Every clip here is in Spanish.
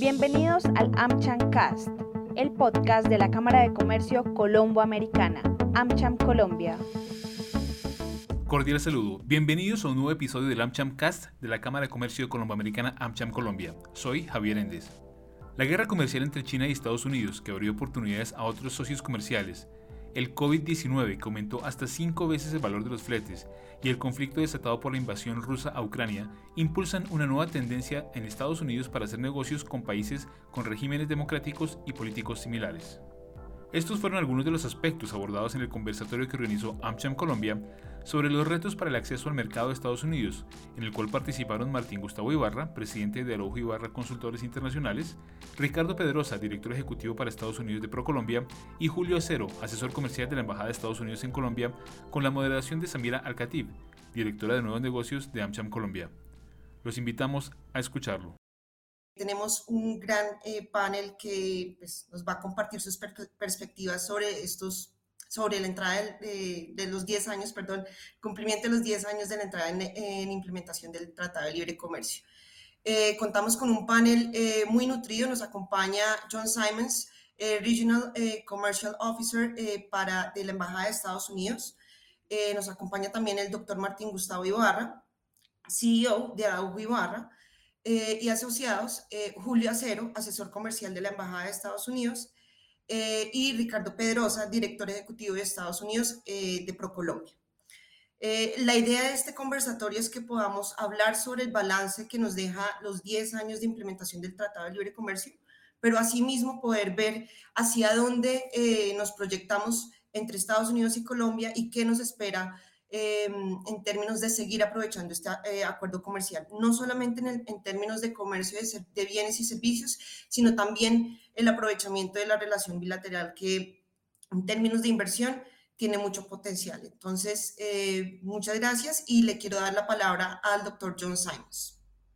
Bienvenidos al AmCham Cast, el podcast de la Cámara de Comercio Colombo-Americana, AmCham Colombia. Cordial saludo. Bienvenidos a un nuevo episodio del AmCham Cast de la Cámara de Comercio Colombo-Americana AmCham Colombia. Soy Javier Endes. La guerra comercial entre China y Estados Unidos, que abrió oportunidades a otros socios comerciales, el COVID-19, que aumentó hasta 5 veces el valor de los fletes, y el conflicto desatado por la invasión rusa a Ucrania, impulsan una nueva tendencia en Estados Unidos para hacer negocios con países con regímenes democráticos y políticos similares. Estos fueron algunos de los aspectos abordados en el conversatorio que organizó AmCham Colombia sobre los retos para el acceso al mercado de Estados Unidos, en el cual participaron Martín Gustavo Ibarra, presidente de Araujo Ibarra Consultores Internacionales, Ricardo Pedrosa, director ejecutivo para Estados Unidos de ProColombia, y Julio Acero, asesor comercial de la Embajada de Estados Unidos en Colombia, con la moderación de Samira Al-Khatib, directora de Nuevos Negocios de AmCham Colombia. Los invitamos a escucharlo. Tenemos un gran panel que nos va a compartir sus perspectivas sobre la entrada de los 10 años, cumplimiento de los 10 años de la entrada en implementación del Tratado de Libre Comercio. Contamos con un panel muy nutrido. Nos acompaña John Simons, Regional Commercial Officer de la Embajada de Estados Unidos. Nos acompaña también el doctor Martín Gustavo Ibarra, CEO de Araujo Ibarra, y asociados, Julio Acero, asesor comercial de la Embajada de Estados Unidos, y Ricardo Pedrosa, director ejecutivo de Estados Unidos de ProColombia. La idea de este conversatorio es que podamos hablar sobre el balance que nos deja los 10 años de implementación del Tratado de Libre Comercio, pero asimismo poder ver hacia dónde nos proyectamos entre Estados Unidos y Colombia y qué nos espera en términos de seguir aprovechando este acuerdo comercial, no solamente en términos de comercio de bienes y servicios, sino también el aprovechamiento de la relación bilateral que en términos de inversión tiene mucho potencial. Entonces, muchas gracias y le quiero dar la palabra al doctor John Simons.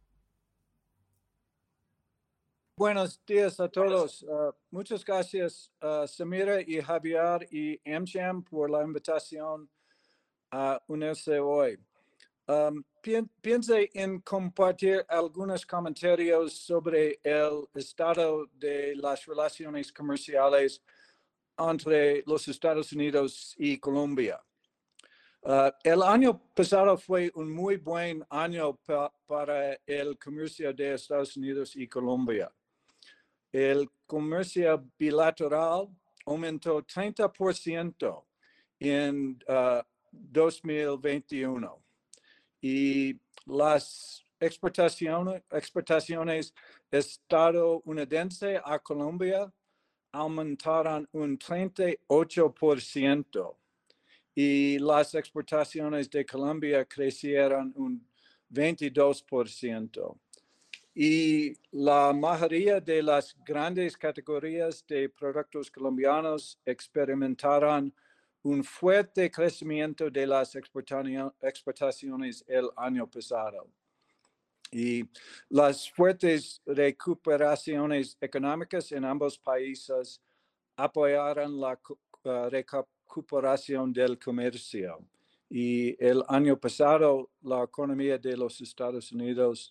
Buenos días a todos. Muchas gracias Samira y Javier y AmCham por la invitación a unirse hoy. Piense en compartir algunos comentarios sobre el estado de las relaciones comerciales entre los Estados Unidos y Colombia. El año pasado fue un muy buen año para el comercio de Estados Unidos y Colombia. El comercio bilateral aumentó 30% en 2021 y las exportaciones estadounidenses a Colombia aumentaron un 38% y las exportaciones de Colombia crecieron un 22%. Y la mayoría de las grandes categorías de productos colombianos experimentaron un fuerte crecimiento de las exportaciones el año pasado. Y las fuertes recuperaciones económicas en ambos países apoyaron la recuperación del comercio. Y el año pasado, la economía de los Estados Unidos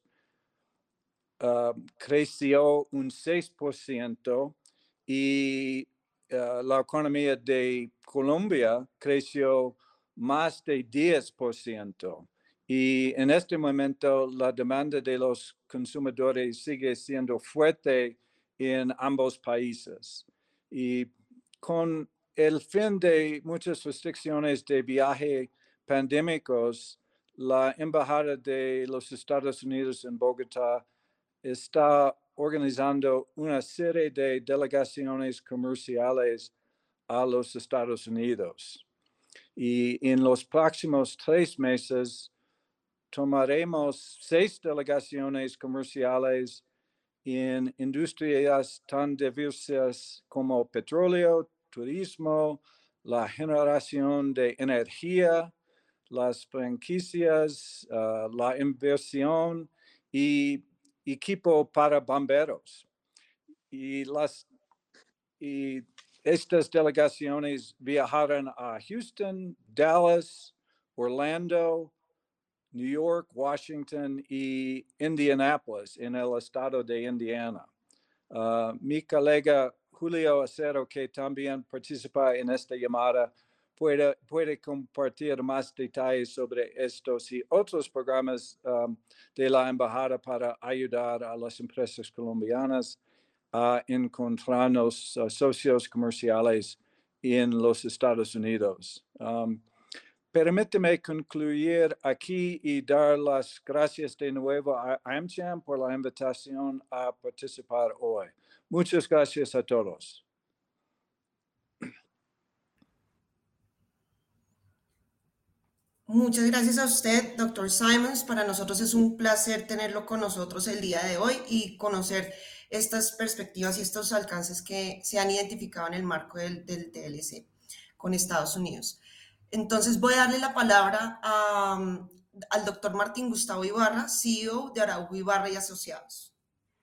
creció un 6% y la economía de Colombia creció más de 10%. Y en este momento la demanda de los consumidores sigue siendo fuerte en ambos países. Y con el fin de muchas restricciones de viaje pandémicos, la Embajada de los Estados Unidos en Bogotá está organizando una serie de delegaciones comerciales a los Estados Unidos. Y en los próximos 3 meses tomaremos 6 delegaciones comerciales en industrias tan diversas como petróleo, turismo, la generación de energía, las franquicias, la inversión y equipo para bomberos. Y estas delegaciones viajaron a Houston, Dallas, Orlando, New York, Washington y Indianapolis en el estado de Indiana. Mi colega Julio Acero, que también participa en esta llamada, puede compartir más detalles sobre estos y otros programas de la embajada para ayudar a las empresas colombianas a encontrarnos socios comerciales en los Estados Unidos. Permíteme concluir aquí y dar las gracias de nuevo a AmCham por la invitación a participar hoy. Muchas gracias a todos. Muchas gracias a usted, doctor Simons. Para nosotros es un placer tenerlo con nosotros el día de hoy y conocer estas perspectivas y estos alcances que se han identificado en el marco del TLC con Estados Unidos. Entonces voy a darle la palabra al doctor Martín Gustavo Ibarra, CEO de Araujo Ibarra y Asociados.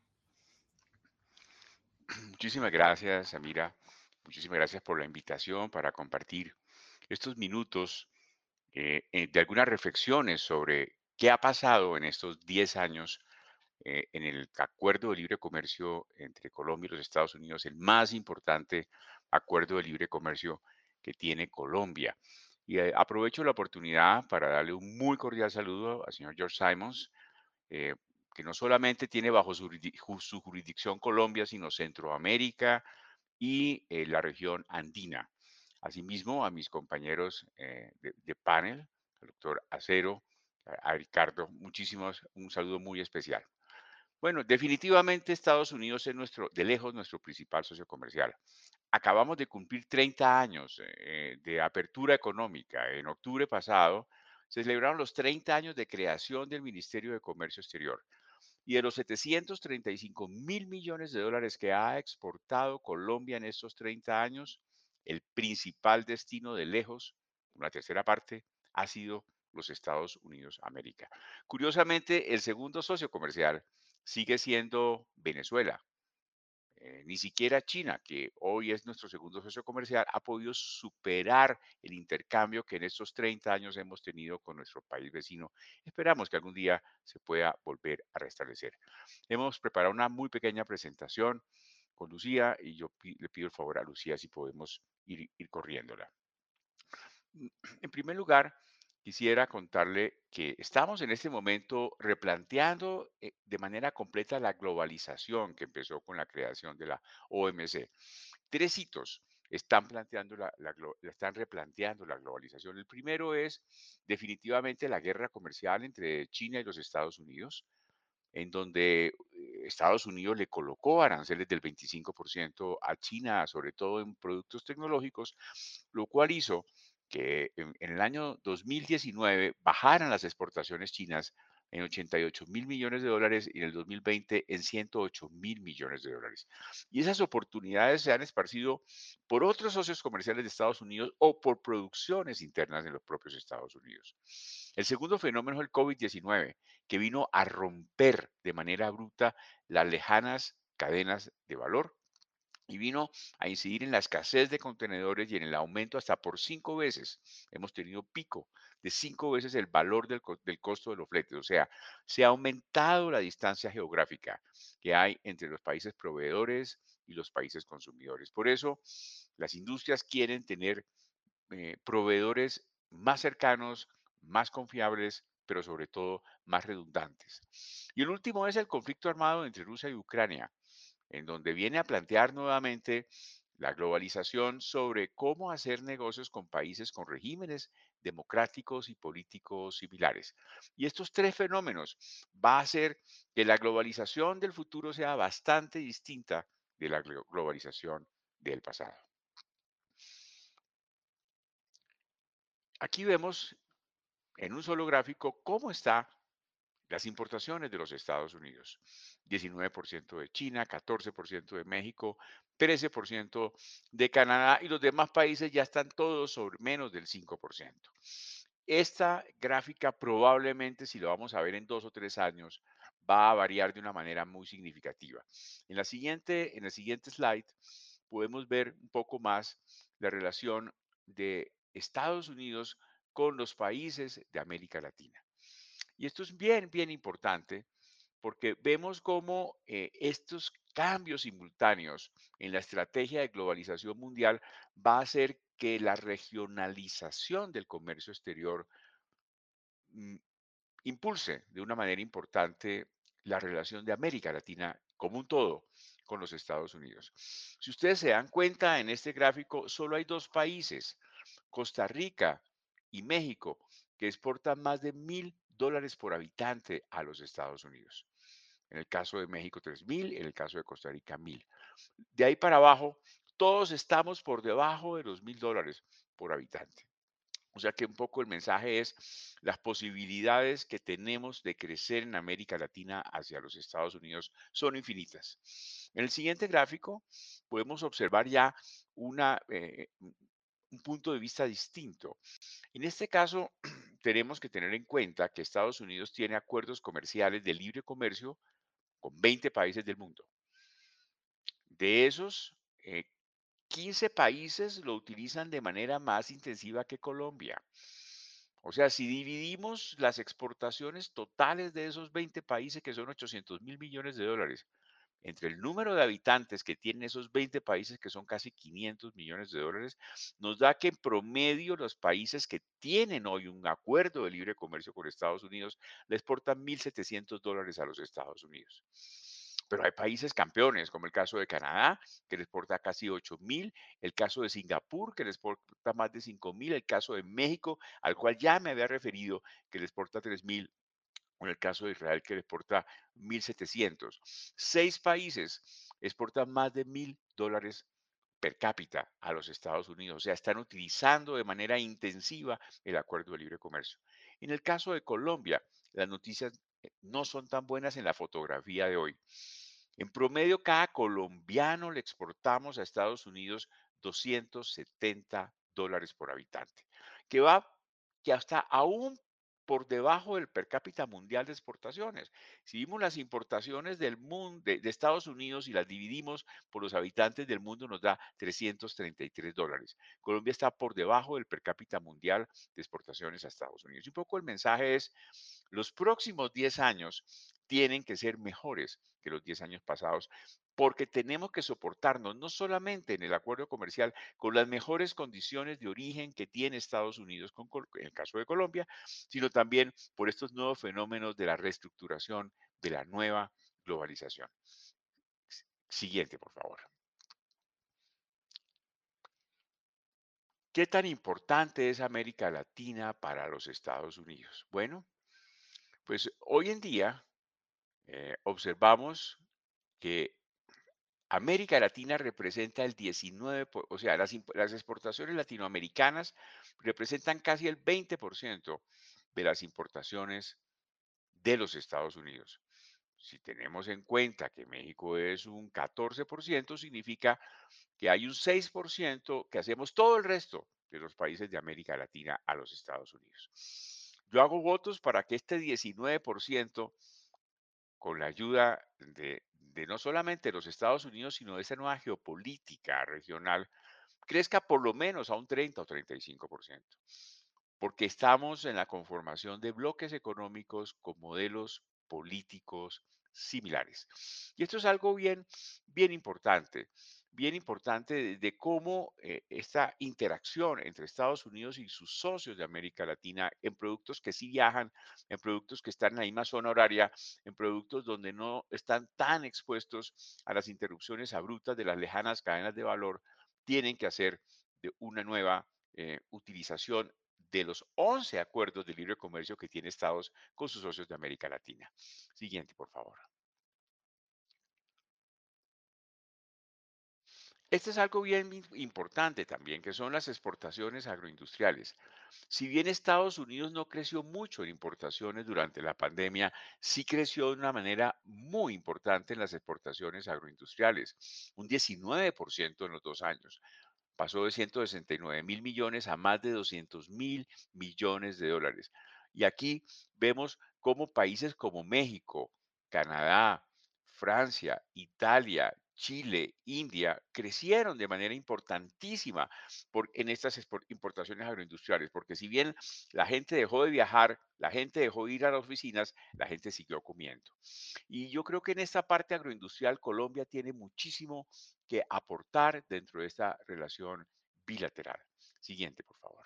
Muchísimas gracias, Amira. Muchísimas gracias por la invitación para compartir estos minutos de algunas reflexiones sobre qué ha pasado en estos 10 años en el acuerdo de libre comercio entre Colombia y los Estados Unidos, el más importante acuerdo de libre comercio que tiene Colombia. Y aprovecho la oportunidad para darle un muy cordial saludo al señor George Simons, eh, que no solamente tiene bajo su jurisdicción Colombia, sino Centroamérica y la región andina. Asimismo, a mis compañeros de panel, al doctor Acero, a Ricardo, un saludo muy especial. Bueno, definitivamente Estados Unidos es de lejos nuestro principal socio comercial. Acabamos de cumplir 30 años de apertura económica. En octubre pasado se celebraron los 30 años de creación del Ministerio de Comercio Exterior. Y de los 735.000 millones de dólares que ha exportado Colombia en estos 30 años, el principal destino de lejos, una tercera parte, ha sido los Estados Unidos de América. Curiosamente, el segundo socio comercial sigue siendo Venezuela. Ni siquiera China, que hoy es nuestro segundo socio comercial, ha podido superar el intercambio que en estos 30 años hemos tenido con nuestro país vecino. Esperamos que algún día se pueda volver a restablecer. Hemos preparado una muy pequeña presentación con Lucía y yo le pido el favor a Lucía si podemos ir corriéndola. En primer lugar, quisiera contarle que estamos en este momento replanteando de manera completa la globalización que empezó con la creación de la OMC. Tres hitos están replanteando la globalización. El primero es definitivamente la guerra comercial entre China y los Estados Unidos, en donde Estados Unidos le colocó aranceles del 25% a China, sobre todo en productos tecnológicos, lo cual hizo que en el año 2019 bajaran las exportaciones chinas en 88.000 millones de dólares y en el 2020 en 108.000 millones de dólares. Y esas oportunidades se han esparcido por otros socios comerciales de Estados Unidos o por producciones internas de los propios Estados Unidos. El segundo fenómeno es el COVID-19, que vino a romper de manera bruta las lejanas cadenas de valor y vino a incidir en la escasez de contenedores y en el aumento hasta por 5 veces. Hemos tenido pico de 5 veces el valor del costo de los fletes. O sea, se ha aumentado la distancia geográfica que hay entre los países proveedores y los países consumidores. Por eso, las industrias quieren tener proveedores más cercanos, más confiables, pero sobre todo más redundantes. Y el último es el conflicto armado entre Rusia y Ucrania, en donde viene a plantear nuevamente la globalización sobre cómo hacer negocios con países con regímenes democráticos y políticos similares. Y estos tres fenómenos va a hacer que la globalización del futuro sea bastante distinta de la globalización del pasado. Aquí vemos en un solo gráfico cómo están las importaciones de los Estados Unidos. 19% de China, 14% de México, 13% de Canadá y los demás países ya están todos sobre menos del 5%. Esta gráfica probablemente, si lo vamos a ver en 2 o 3 años, va a variar de una manera muy significativa. En el siguiente slide podemos ver un poco más la relación de Estados Unidos con los países de América Latina. Y esto es bien, bien importante porque vemos cómo estos cambios simultáneos en la estrategia de globalización mundial va a hacer que la regionalización del comercio exterior mm, impulse de una manera importante la relación de América Latina como un todo con los Estados Unidos. Si ustedes se dan cuenta en este gráfico, solo hay dos países, Costa Rica y México, que exportan más de $1,000 por habitante a los Estados Unidos. En el caso de México, 3,000, en el caso de Costa Rica, 1,000. De ahí para abajo, todos estamos por debajo de los $1,000 por habitante. O sea que un poco el mensaje es las posibilidades que tenemos de crecer en América Latina hacia los Estados Unidos son infinitas. En el siguiente gráfico podemos observar ya un punto de vista distinto. En este caso, tenemos que tener en cuenta que Estados Unidos tiene acuerdos comerciales de libre comercio con 20 países del mundo. De esos, 15 países lo utilizan de manera más intensiva que Colombia. O sea, si dividimos las exportaciones totales de esos 20 países, que son 800,000 millones de dólares, entre el número de habitantes que tienen esos 20 países, que son casi 500 millones de dólares, nos da que en promedio los países que tienen hoy un acuerdo de libre comercio con Estados Unidos le exportan $1,700 a los Estados Unidos. Pero hay países campeones, como el caso de Canadá, que le exporta casi 8,000, el caso de Singapur, que le exporta más de 5,000, el caso de México, al cual ya me había referido, que le exporta 3,000, o en el caso de Israel, que le exporta 1,700. 6 países exportan más de $1,000 per cápita a los Estados Unidos. O sea, están utilizando de manera intensiva el acuerdo de libre comercio. En el caso de Colombia, las noticias no son tan buenas en la fotografía de hoy. En promedio, cada colombiano le exportamos a Estados Unidos $270 por habitante, que va que hasta aún por debajo del per cápita mundial de exportaciones. Si vimos las importaciones del mundo, de Estados Unidos y las dividimos por los habitantes del mundo, nos da $333. Colombia está por debajo del per cápita mundial de exportaciones a Estados Unidos. Y un poco el mensaje es, los próximos 10 años tienen que ser mejores que los 10 años pasados, porque tenemos que soportarnos no solamente en el acuerdo comercial con las mejores condiciones de origen que tiene Estados Unidos, en el caso de Colombia, sino también por estos nuevos fenómenos de la reestructuración de la nueva globalización. Siguiente, por favor. ¿Qué tan importante es América Latina para los Estados Unidos? Bueno, pues hoy en día observamos que América Latina representa el 19, o sea, las exportaciones latinoamericanas representan casi el 20% de las importaciones de los Estados Unidos. Si tenemos en cuenta que México es un 14%, significa que hay un 6% que hacemos todo el resto de los países de América Latina a los Estados Unidos. Yo hago votos para que este 19%, con la ayuda de no solamente los Estados Unidos, sino de esa nueva geopolítica regional, crezca por lo menos a un 30 o 35%, porque estamos en la conformación de bloques económicos con modelos políticos similares. Y esto es algo bien importante de cómo esta interacción entre Estados Unidos y sus socios de América Latina en productos que sí viajan, en productos que están en la misma zona horaria, en productos donde no están tan expuestos a las interrupciones abruptas de las lejanas cadenas de valor, tienen que hacer de una nueva utilización de los 11 acuerdos de libre comercio que tiene Estados con sus socios de América Latina. Siguiente, por favor. Este es algo bien importante también, que son las exportaciones agroindustriales. Si bien Estados Unidos no creció mucho en importaciones durante la pandemia, sí creció de una manera muy importante en las exportaciones agroindustriales, un 19% en los 2 años. Pasó de 169,000 millones a más de 200,000 millones de dólares. Y aquí vemos cómo países como México, Canadá, Francia, Italia, Chile, India, crecieron de manera importantísima en estas importaciones agroindustriales, porque si bien la gente dejó de viajar, la gente dejó de ir a las oficinas, la gente siguió comiendo. Y yo creo que en esta parte agroindustrial Colombia tiene muchísimo que aportar dentro de esta relación bilateral. Siguiente, por favor.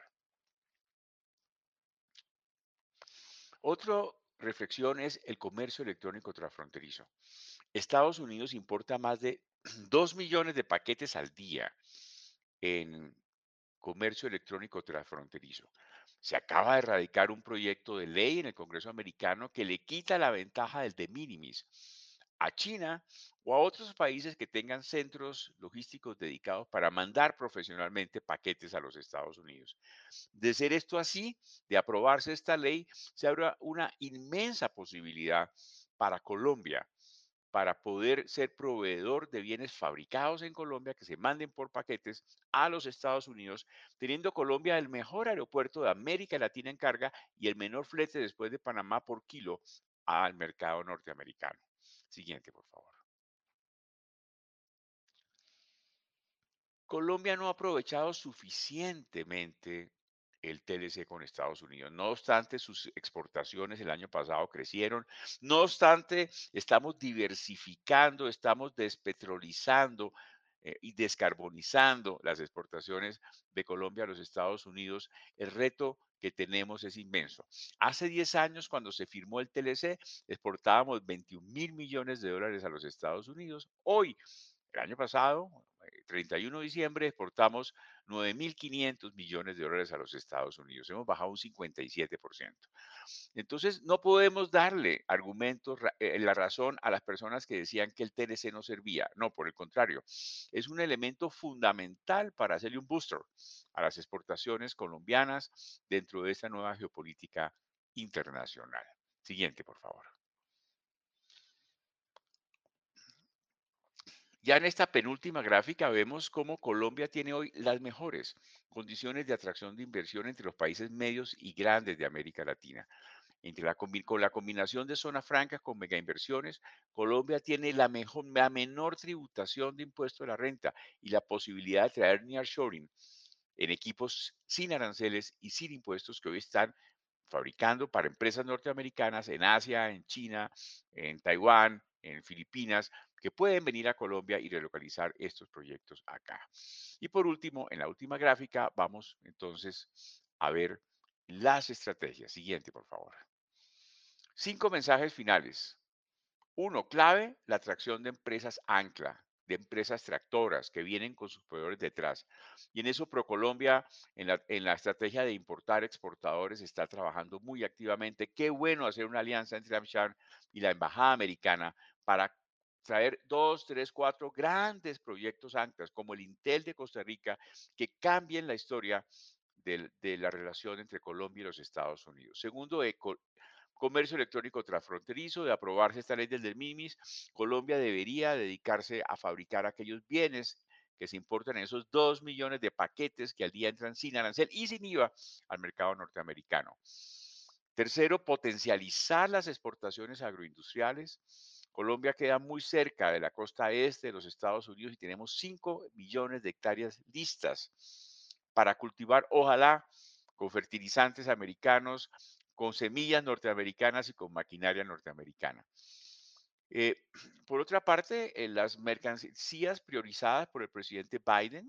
Otra reflexión es el comercio electrónico transfronterizo. Estados Unidos importa más de 2 millones de paquetes al día en comercio electrónico transfronterizo. Se acaba de erradicar un proyecto de ley en el Congreso americano que le quita la ventaja del de minimis a China o a otros países que tengan centros logísticos dedicados para mandar profesionalmente paquetes a los Estados Unidos. De ser esto así, de aprobarse esta ley, se abre una inmensa posibilidad para Colombia para poder ser proveedor de bienes fabricados en Colombia que se manden por paquetes a los Estados Unidos, teniendo Colombia el mejor aeropuerto de América Latina en carga y el menor flete después de Panamá por kilo al mercado norteamericano. Siguiente, por favor. Colombia no ha aprovechado suficientemente el TLC con Estados Unidos. No obstante, sus exportaciones el año pasado crecieron. No obstante, estamos diversificando, estamos despetrolizando y descarbonizando las exportaciones de Colombia a los Estados Unidos. El reto que tenemos es inmenso. Hace 10 años, cuando se firmó el TLC, exportábamos 21 mil millones de dólares a los Estados Unidos. Hoy, el año pasado, 31 de diciembre, exportamos 9.500 millones de dólares a los Estados Unidos. Hemos bajado un 57%. Entonces, no podemos darle argumentos, la razón a las personas que decían que el TLC no servía. No, por el contrario, es un elemento fundamental para hacerle un booster a las exportaciones colombianas dentro de esta nueva geopolítica internacional. Siguiente, por favor. Ya en esta penúltima gráfica vemos cómo Colombia tiene hoy las mejores condiciones de atracción de inversión entre los países medios y grandes de América Latina. Con la combinación de zonas francas con megainversiones, Colombia tiene la menor tributación de impuesto a la renta y la posibilidad de traer nearshoring en equipos sin aranceles y sin impuestos que hoy están fabricando para empresas norteamericanas en Asia, en China, en Taiwán, en Filipinas, que pueden venir a Colombia y relocalizar estos proyectos acá. Y por último, en la última gráfica, vamos entonces a ver las estrategias. Siguiente, por favor. 5 mensajes finales. Uno, clave, la atracción de empresas ancla, de empresas tractoras que vienen con sus proveedores detrás. Y en eso ProColombia, en la estrategia de importar exportadores, está trabajando muy activamente. Qué bueno hacer una alianza entre AmCham y la Embajada Americana para traer 2, 3, 4 grandes proyectos anclas, como el Intel de Costa Rica, que cambien la historia de la relación entre Colombia y los Estados Unidos. Segundo, comercio electrónico transfronterizo. De aprobarse esta ley del de minimis, Colombia debería dedicarse a fabricar aquellos bienes que se importan en esos 2 millones de paquetes que al día entran sin arancel y sin IVA al mercado norteamericano. Tercero, potencializar las exportaciones agroindustriales. Colombia queda muy cerca de la costa este de los Estados Unidos y tenemos 5 millones de hectáreas listas para cultivar, ojalá, con fertilizantes americanos, con semillas norteamericanas y con maquinaria norteamericana. Eh, por otra parte, las mercancías priorizadas por el presidente Biden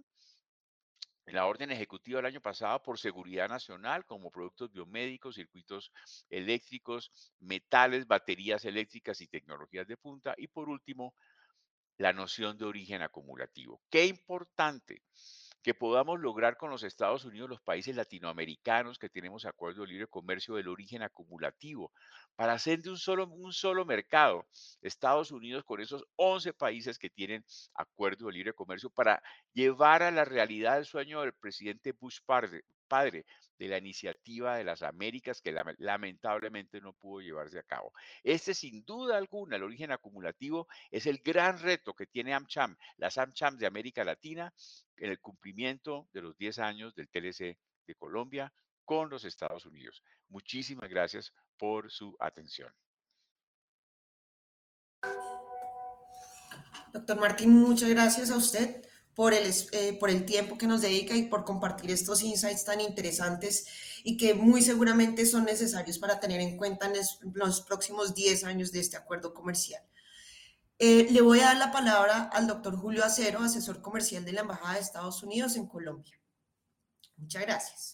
en la orden ejecutiva del año pasado por seguridad nacional, como productos biomédicos, circuitos eléctricos, metales, baterías eléctricas y tecnologías de punta. Y por último, la noción de origen acumulativo. Qué importante que podamos lograr con los Estados Unidos, los países latinoamericanos que tenemos acuerdo de libre comercio del origen acumulativo, para hacer de un solo mercado Estados Unidos con esos 11 países que tienen acuerdo de libre comercio, para llevar a la realidad el sueño del presidente Bush padre de la iniciativa de las Américas que lamentablemente no pudo llevarse a cabo. Este, sin duda alguna, el origen acumulativo es el gran reto que tiene AmCham, las AmCham de América Latina, en el cumplimiento de los 10 años del TLC de Colombia con los Estados Unidos. Muchísimas gracias por su atención. Doctor Martín, muchas gracias a usted por el tiempo que nos dedica y por compartir estos insights tan interesantes y que muy seguramente son necesarios para tener en cuenta en los próximos 10 años de este acuerdo comercial. Le voy a dar la palabra al doctor Julio Acero, asesor comercial de la Embajada de Estados Unidos en Colombia. Muchas gracias.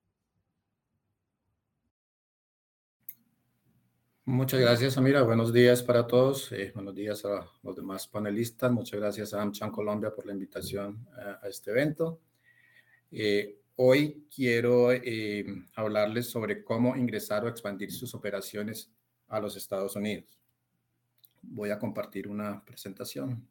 Muchas gracias, Amira. Buenos días para todos. Buenos días a los demás panelistas. Muchas gracias a AmCham Colombia por la invitación a este evento. Hoy quiero hablarles sobre cómo ingresar o expandir sus operaciones a los Estados Unidos. Voy a compartir una presentación.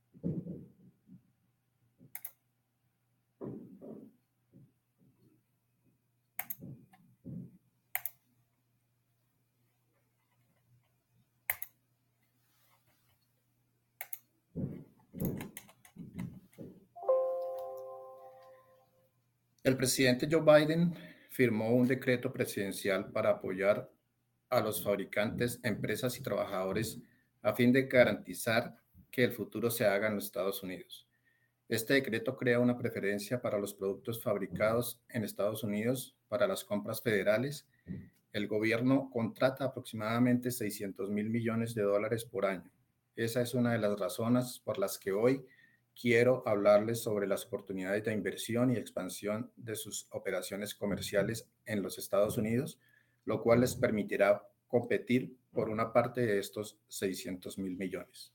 El presidente Joe Biden firmó un decreto presidencial para apoyar a los fabricantes, empresas y trabajadores a fin de garantizar que el futuro se haga en los Estados Unidos. Este decreto crea una preferencia para los productos fabricados en Estados Unidos para las compras federales. El gobierno contrata aproximadamente $600 mil millones por año. Esa es una de las razones por las que hoy quiero hablarles sobre las oportunidades de inversión y expansión de sus operaciones comerciales en los Estados Unidos, lo cual les permitirá competir por una parte de estos $600 mil millones.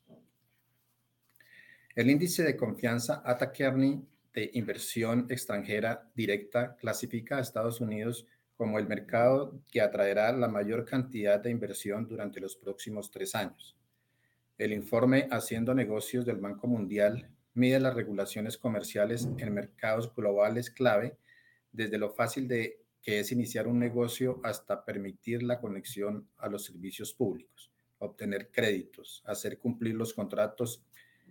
El índice de confianza ATA Kearney de inversión extranjera directa clasifica a Estados Unidos como el mercado que atraerá la mayor cantidad de inversión durante los próximos 3 años. El informe Haciendo Negocios del Banco Mundial mide las regulaciones comerciales en mercados globales clave, desde lo fácil que es iniciar un negocio hasta permitir la conexión a los servicios públicos, obtener créditos, hacer cumplir los contratos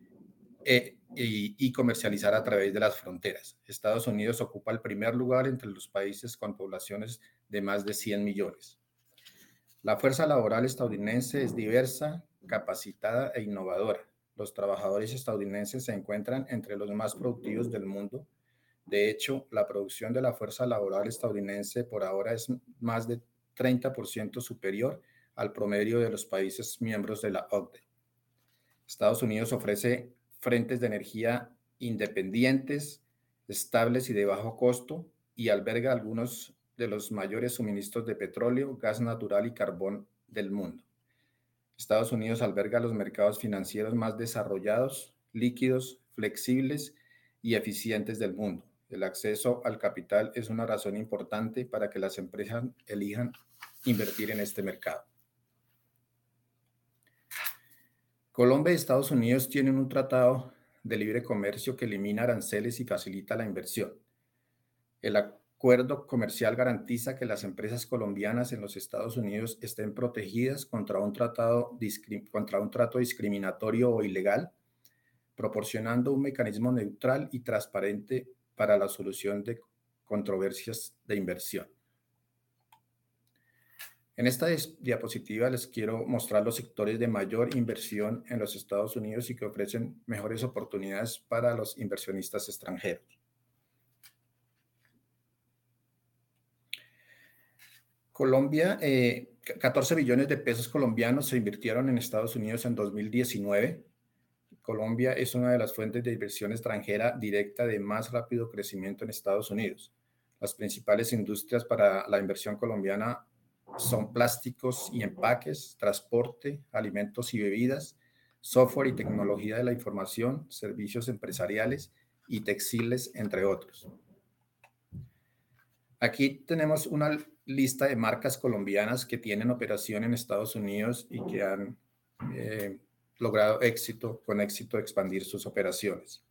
y comercializar a través de las fronteras. Estados Unidos ocupa el primer lugar entre los países con poblaciones de más de 100 millones. La fuerza laboral estadounidense es diversa, capacitada e innovadora. Los trabajadores estadounidenses se encuentran entre los más productivos del mundo. De hecho, la producción de la fuerza laboral estadounidense por ahora es más de 30% superior al promedio de los países miembros de la OCDE. Estados Unidos ofrece fuentes de energía independientes, estables y de bajo costo, y alberga algunos de los mayores suministros de petróleo, gas natural y carbón del mundo. Estados Unidos alberga los mercados financieros más desarrollados, líquidos, flexibles y eficientes del mundo. El acceso al capital es una razón importante para que las empresas elijan invertir en este mercado. Colombia y Estados Unidos tienen un tratado de libre comercio que elimina aranceles y facilita la inversión. El acuerdo comercial garantiza que las empresas colombianas en los Estados Unidos estén protegidas contra un trato discriminatorio o ilegal, proporcionando un mecanismo neutral y transparente para la solución de controversias de inversión. En esta diapositiva les quiero mostrar los sectores de mayor inversión en los Estados Unidos y que ofrecen mejores oportunidades para los inversionistas extranjeros. Colombia, 14 billones de pesos colombianos se invirtieron en Estados Unidos en 2019. Colombia es una de las fuentes de inversión extranjera directa de más rápido crecimiento en Estados Unidos. Las principales industrias para la inversión colombiana son plásticos y empaques, transporte, alimentos y bebidas, software y tecnología de la información, servicios empresariales y textiles, entre otros. Aquí tenemos una lista de marcas colombianas que tienen operación en Estados Unidos y que han logrado con éxito expandir sus operaciones.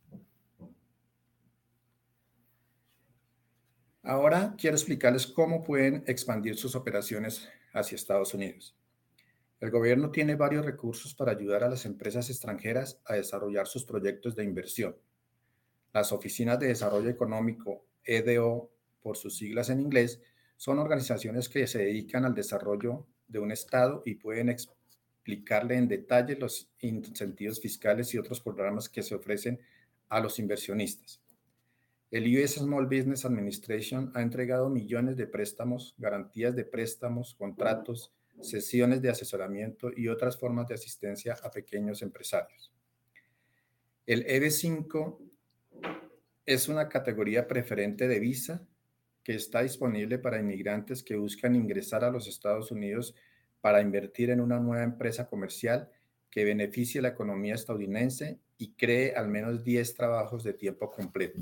Ahora quiero explicarles cómo pueden expandir sus operaciones hacia Estados Unidos. El gobierno tiene varios recursos para ayudar a las empresas extranjeras a desarrollar sus proyectos de inversión. Las Oficinas de Desarrollo Económico, EDO, por sus siglas en inglés, son organizaciones que se dedican al desarrollo de un estado y pueden explicarle en detalle los incentivos fiscales y otros programas que se ofrecen a los inversionistas. El US Small Business Administration ha entregado millones de préstamos, garantías de préstamos, contratos, sesiones de asesoramiento y otras formas de asistencia a pequeños empresarios. El EB5 es una categoría preferente de visa que está disponible para inmigrantes que buscan ingresar a los Estados Unidos para invertir en una nueva empresa comercial que beneficie la economía estadounidense y cree al menos 10 trabajos de tiempo completo.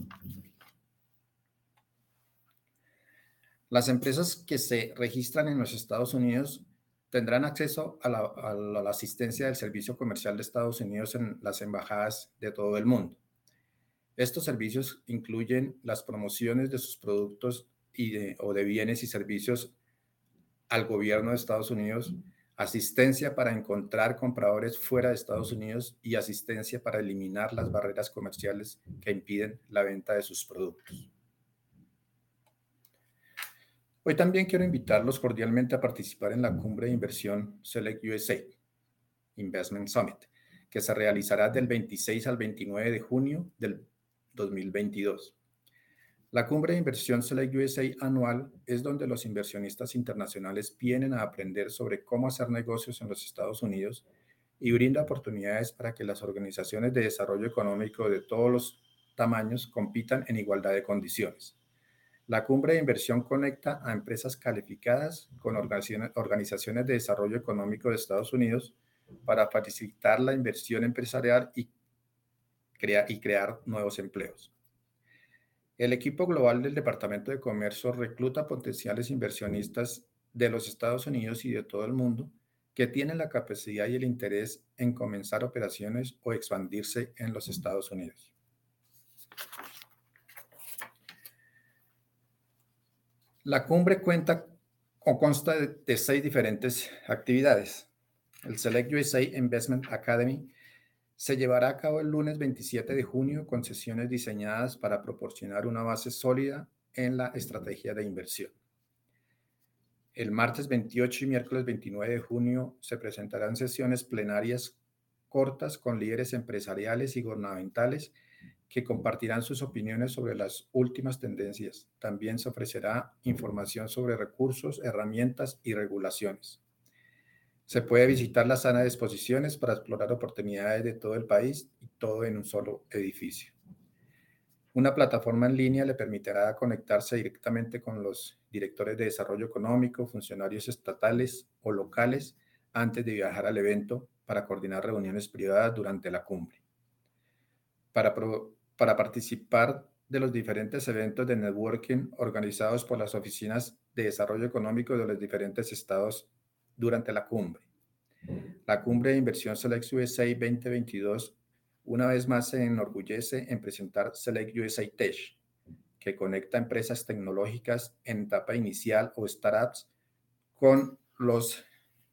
Las empresas que se registran en los Estados Unidos tendrán acceso a la asistencia del Servicio Comercial de Estados Unidos en las embajadas de todo el mundo. Estos servicios incluyen las promociones de sus productos o de bienes y servicios al gobierno de Estados Unidos, asistencia para encontrar compradores fuera de Estados Unidos y asistencia para eliminar las barreras comerciales que impiden la venta de sus productos. Hoy también quiero invitarlos cordialmente a participar en la cumbre de inversión Select USA Investment Summit, que se realizará del 26 al 29 de junio del 2022. La cumbre de inversión Select USA anual es donde los inversionistas internacionales vienen a aprender sobre cómo hacer negocios en los Estados Unidos y brinda oportunidades para que las organizaciones de desarrollo económico de todos los tamaños compitan en igualdad de condiciones. La cumbre de inversión conecta a empresas calificadas con organizaciones de desarrollo económico de Estados Unidos para facilitar la inversión empresarial y crear nuevos empleos. El equipo global del Departamento de Comercio recluta potenciales inversionistas de los Estados Unidos y de todo el mundo que tienen la capacidad y el interés en comenzar operaciones o expandirse en los Estados Unidos. La cumbre consta de 6 diferentes actividades. El Select USA Investment Academy se llevará a cabo el lunes 27 de junio con sesiones diseñadas para proporcionar una base sólida en la estrategia de inversión. El martes 28 y miércoles 29 de junio se presentarán sesiones plenarias cortas con líderes empresariales y gubernamentales que compartirán sus opiniones sobre las últimas tendencias. También se ofrecerá información sobre recursos, herramientas y regulaciones. Se puede visitar la sala de exposiciones para explorar oportunidades de todo el país y todo en un solo edificio. Una plataforma en línea le permitirá conectarse directamente con los directores de desarrollo económico, funcionarios estatales o locales antes de viajar al evento para coordinar reuniones privadas durante la cumbre. Para participar de los diferentes eventos de networking organizados por las oficinas de desarrollo económico de los diferentes estados durante la cumbre. La cumbre de inversión Select USA 2022 una vez más se enorgullece en presentar Select USA Tech, que conecta empresas tecnológicas en etapa inicial o startups con los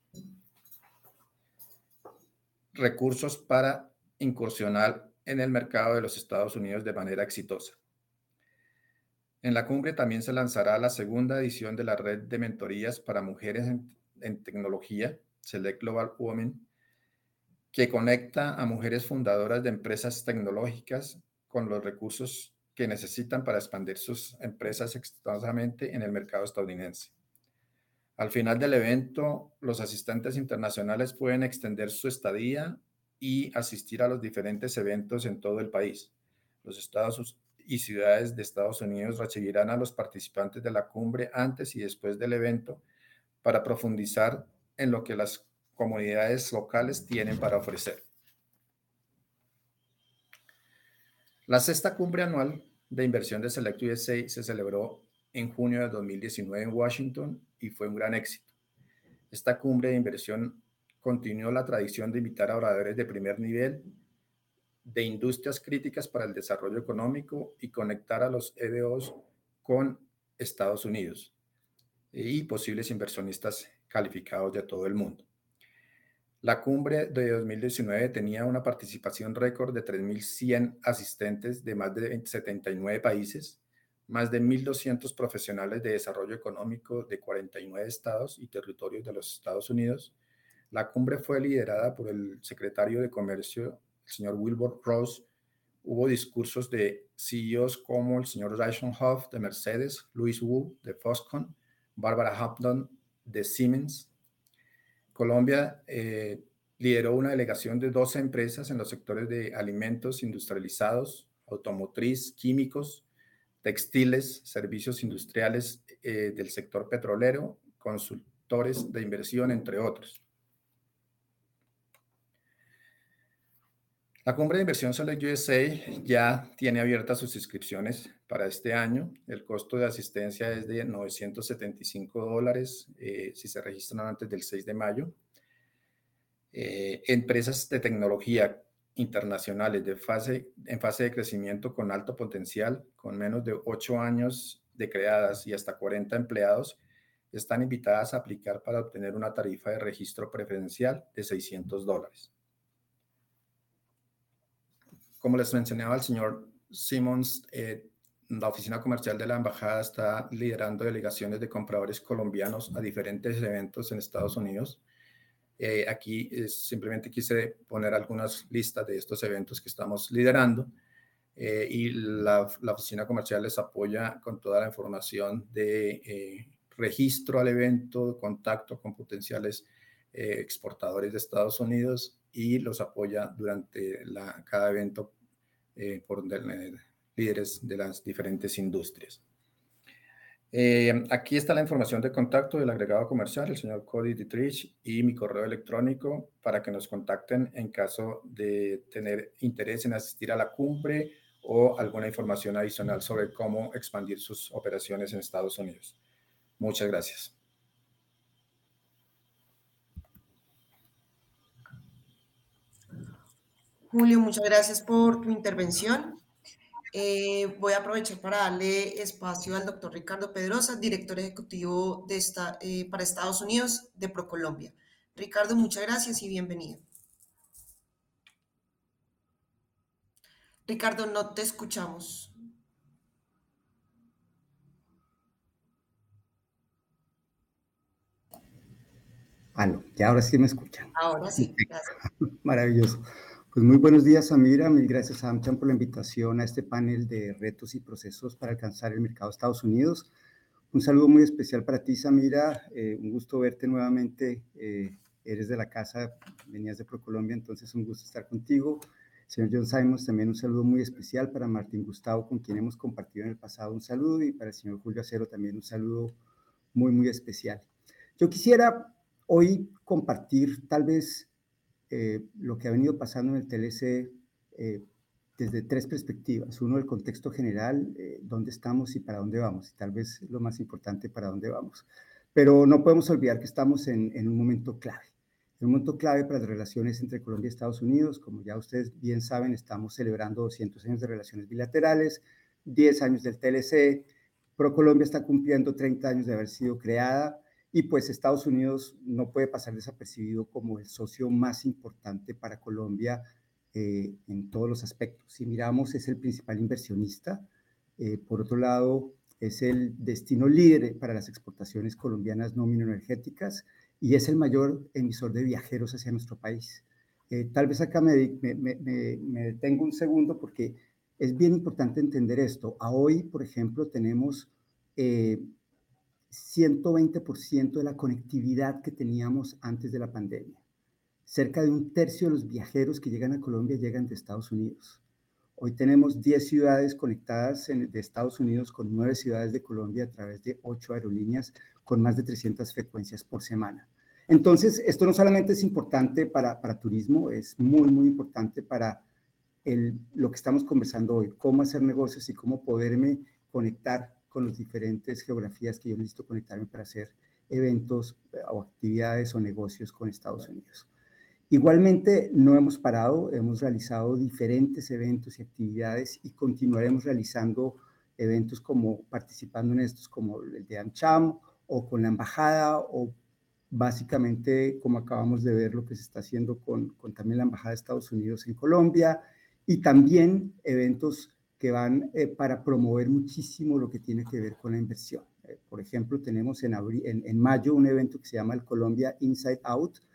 recursos para incursionar en el mercado de los Estados Unidos de manera exitosa. En la cumbre también se lanzará la segunda edición de la red de mentorías para mujeres en tecnología, Select Global Women, que conecta a mujeres fundadoras de empresas tecnológicas con los recursos que necesitan para expandir sus empresas exitosamente en el mercado estadounidense. Al final del evento, los asistentes internacionales pueden extender su estadía y asistir a los diferentes eventos en todo el país. Los estados y ciudades de Estados Unidos recibirán a los participantes de la cumbre antes y después del evento para profundizar en lo que las comunidades locales tienen para ofrecer. La sexta cumbre anual de inversión de Select USA se celebró en junio de 2019 en Washington y fue un gran éxito. Esta cumbre de inversión continuó la tradición de invitar a oradores de primer nivel de industrias críticas para el desarrollo económico y conectar a los EDOs con Estados Unidos y posibles inversionistas calificados de todo el mundo. La cumbre de 2019 tenía una participación récord de 3.100 asistentes de más de 79 países, más de 1.200 profesionales de desarrollo económico de 49 estados y territorios de los Estados Unidos, La cumbre fue liderada por el secretario de Comercio, el señor Wilbur Ross. Hubo discursos de CEOs como el señor Dyson Hoff de Mercedes, Louis Wu de Foxconn, Barbara Hampton de Siemens. Colombia lideró una delegación de 12 empresas en los sectores de alimentos industrializados, automotriz, químicos, textiles, servicios industriales del sector petrolero, consultores de inversión, entre otros. La cumbre de inversión Select USA ya tiene abiertas sus inscripciones para este año. El costo de asistencia es de $975 si se registran antes del 6 de mayo. Empresas de tecnología internacionales en fase de crecimiento con alto potencial, con menos de 8 años de creadas y hasta 40 empleados, están invitadas a aplicar para obtener una tarifa de registro preferencial de $600. Como les mencionaba el señor Simmons, la oficina comercial de la embajada está liderando delegaciones de compradores colombianos a diferentes eventos en Estados Unidos. Aquí simplemente quise poner algunas listas de estos eventos que estamos liderando y la oficina comercial les apoya con toda la información de registro al evento, contacto con potenciales exportadores de Estados Unidos y los apoya durante cada evento por líderes de las diferentes industrias. Aquí está la información de contacto del agregado comercial, el señor Cody Dietrich, y mi correo electrónico para que nos contacten en caso de tener interés en asistir a la cumbre o alguna información adicional sobre cómo expandir sus operaciones en Estados Unidos. Muchas gracias. Julio, muchas gracias por tu intervención. Voy a aprovechar para darle espacio al doctor Ricardo Pedrosa, director ejecutivo para Estados Unidos de ProColombia. Ricardo, muchas gracias y bienvenido. Ricardo, no te escuchamos. No, ya ahora sí me escuchan. Ahora sí, gracias. Maravilloso. Pues muy buenos días, Samira. Mil gracias a AmCham por la invitación a este panel de retos y procesos para alcanzar el mercado de Estados Unidos. Un saludo muy especial para ti, Samira. Un gusto verte nuevamente. Eres de la casa, venías de ProColombia, entonces un gusto estar contigo. Señor John Simons, también un saludo muy especial para Martín Gustavo, con quien hemos compartido en el pasado un saludo, y para el señor Julio Acero también un saludo muy, muy especial. Yo quisiera hoy compartir tal vez lo que ha venido pasando en el TLC desde 3 perspectivas. Uno, el contexto general, dónde estamos y para dónde vamos, y tal vez lo más importante, para dónde vamos. Pero no podemos olvidar que estamos en un momento clave. Un momento clave para las relaciones entre Colombia y Estados Unidos. Como ya ustedes bien saben, estamos celebrando 200 años de relaciones bilaterales, 10 años del TLC. ProColombia está cumpliendo 30 años de haber sido creada, y pues Estados Unidos no puede pasar desapercibido como el socio más importante para Colombia en todos los aspectos. Si miramos, es el principal inversionista. Por otro lado, es el destino líder para las exportaciones colombianas no mineroenergéticas y es el mayor emisor de viajeros hacia nuestro país. Tal vez acá me detengo un segundo porque es bien importante entender esto. A hoy, por ejemplo, tenemos 120% de la conectividad que teníamos antes de la pandemia. Cerca de 1/3 de los viajeros que llegan a Colombia llegan de Estados Unidos. Hoy tenemos 10 ciudades conectadas de Estados Unidos con 9 ciudades de Colombia a través de 8 aerolíneas con más de 300 frecuencias por semana. Entonces, esto no solamente es importante para turismo, es muy, muy importante para lo que estamos conversando hoy, cómo hacer negocios y cómo poderme conectar con las diferentes geografías que yo necesito conectarme para hacer eventos o actividades o negocios con Estados Unidos. Igualmente, no hemos parado, hemos realizado diferentes eventos y actividades y continuaremos realizando eventos como participando en estos como el de AmCham o con la embajada o básicamente como acabamos de ver lo que se está haciendo con también la embajada de Estados Unidos en Colombia y también eventos que van para promover muchísimo lo que tiene que ver con la inversión. Por ejemplo, tenemos en mayo un evento que se llama el Colombia Inside Out,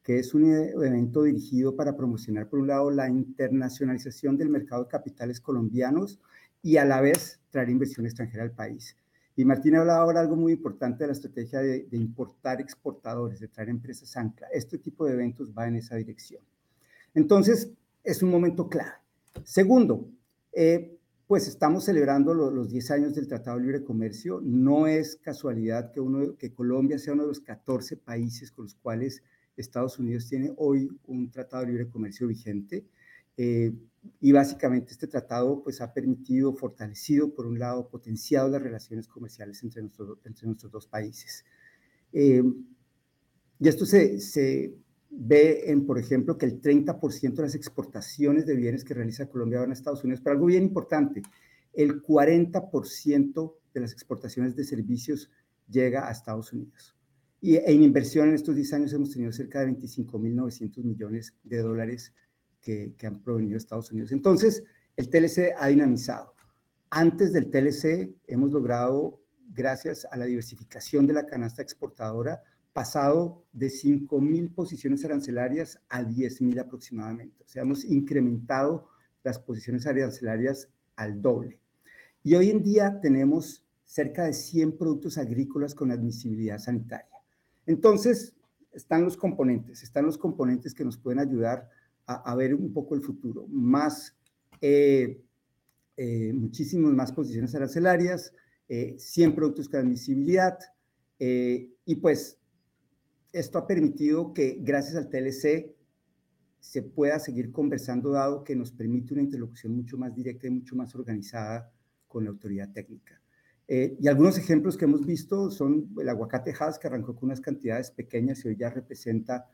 que es un evento dirigido para promocionar, por un lado, la internacionalización del mercado de capitales colombianos y a la vez traer inversión extranjera al país. Y Martín hablaba ahora algo muy importante de la estrategia de importar exportadores, de traer empresas ancla. Este tipo de eventos va en esa dirección. Entonces, es un momento clave. Segundo, pues estamos celebrando los 10 años del Tratado de Libre Comercio. No es casualidad que Colombia sea uno de los 14 países con los cuales Estados Unidos tiene hoy un Tratado de Libre Comercio vigente. Y básicamente este tratado pues, ha permitido, fortalecido, por un lado, potenciado las relaciones comerciales entre nuestros dos países. Y esto se ve en, por ejemplo, que el 30% de las exportaciones de bienes que realiza Colombia van a Estados Unidos, pero algo bien importante, el 40% de las exportaciones de servicios llega a Estados Unidos. Y en inversión en estos 10 años hemos tenido cerca de 25.900 millones de dólares que han provenido de Estados Unidos. Entonces, el TLC ha dinamizado. Antes del TLC hemos logrado, gracias a la diversificación de la canasta exportadora, pasado de 5.000 posiciones arancelarias a 10.000 aproximadamente. O sea, hemos incrementado las posiciones arancelarias al doble. Y hoy en día tenemos cerca de 100 productos agrícolas con admisibilidad sanitaria. Entonces, están los componentes que nos pueden ayudar a ver un poco el futuro. Muchísimas más posiciones arancelarias, 100 productos con admisibilidad, y pues esto ha permitido que gracias al TLC se pueda seguir conversando, dado que nos permite una interlocución mucho más directa y mucho más organizada con la autoridad técnica. Y algunos ejemplos que hemos visto son el aguacate Hass, que arrancó con unas cantidades pequeñas y hoy ya representa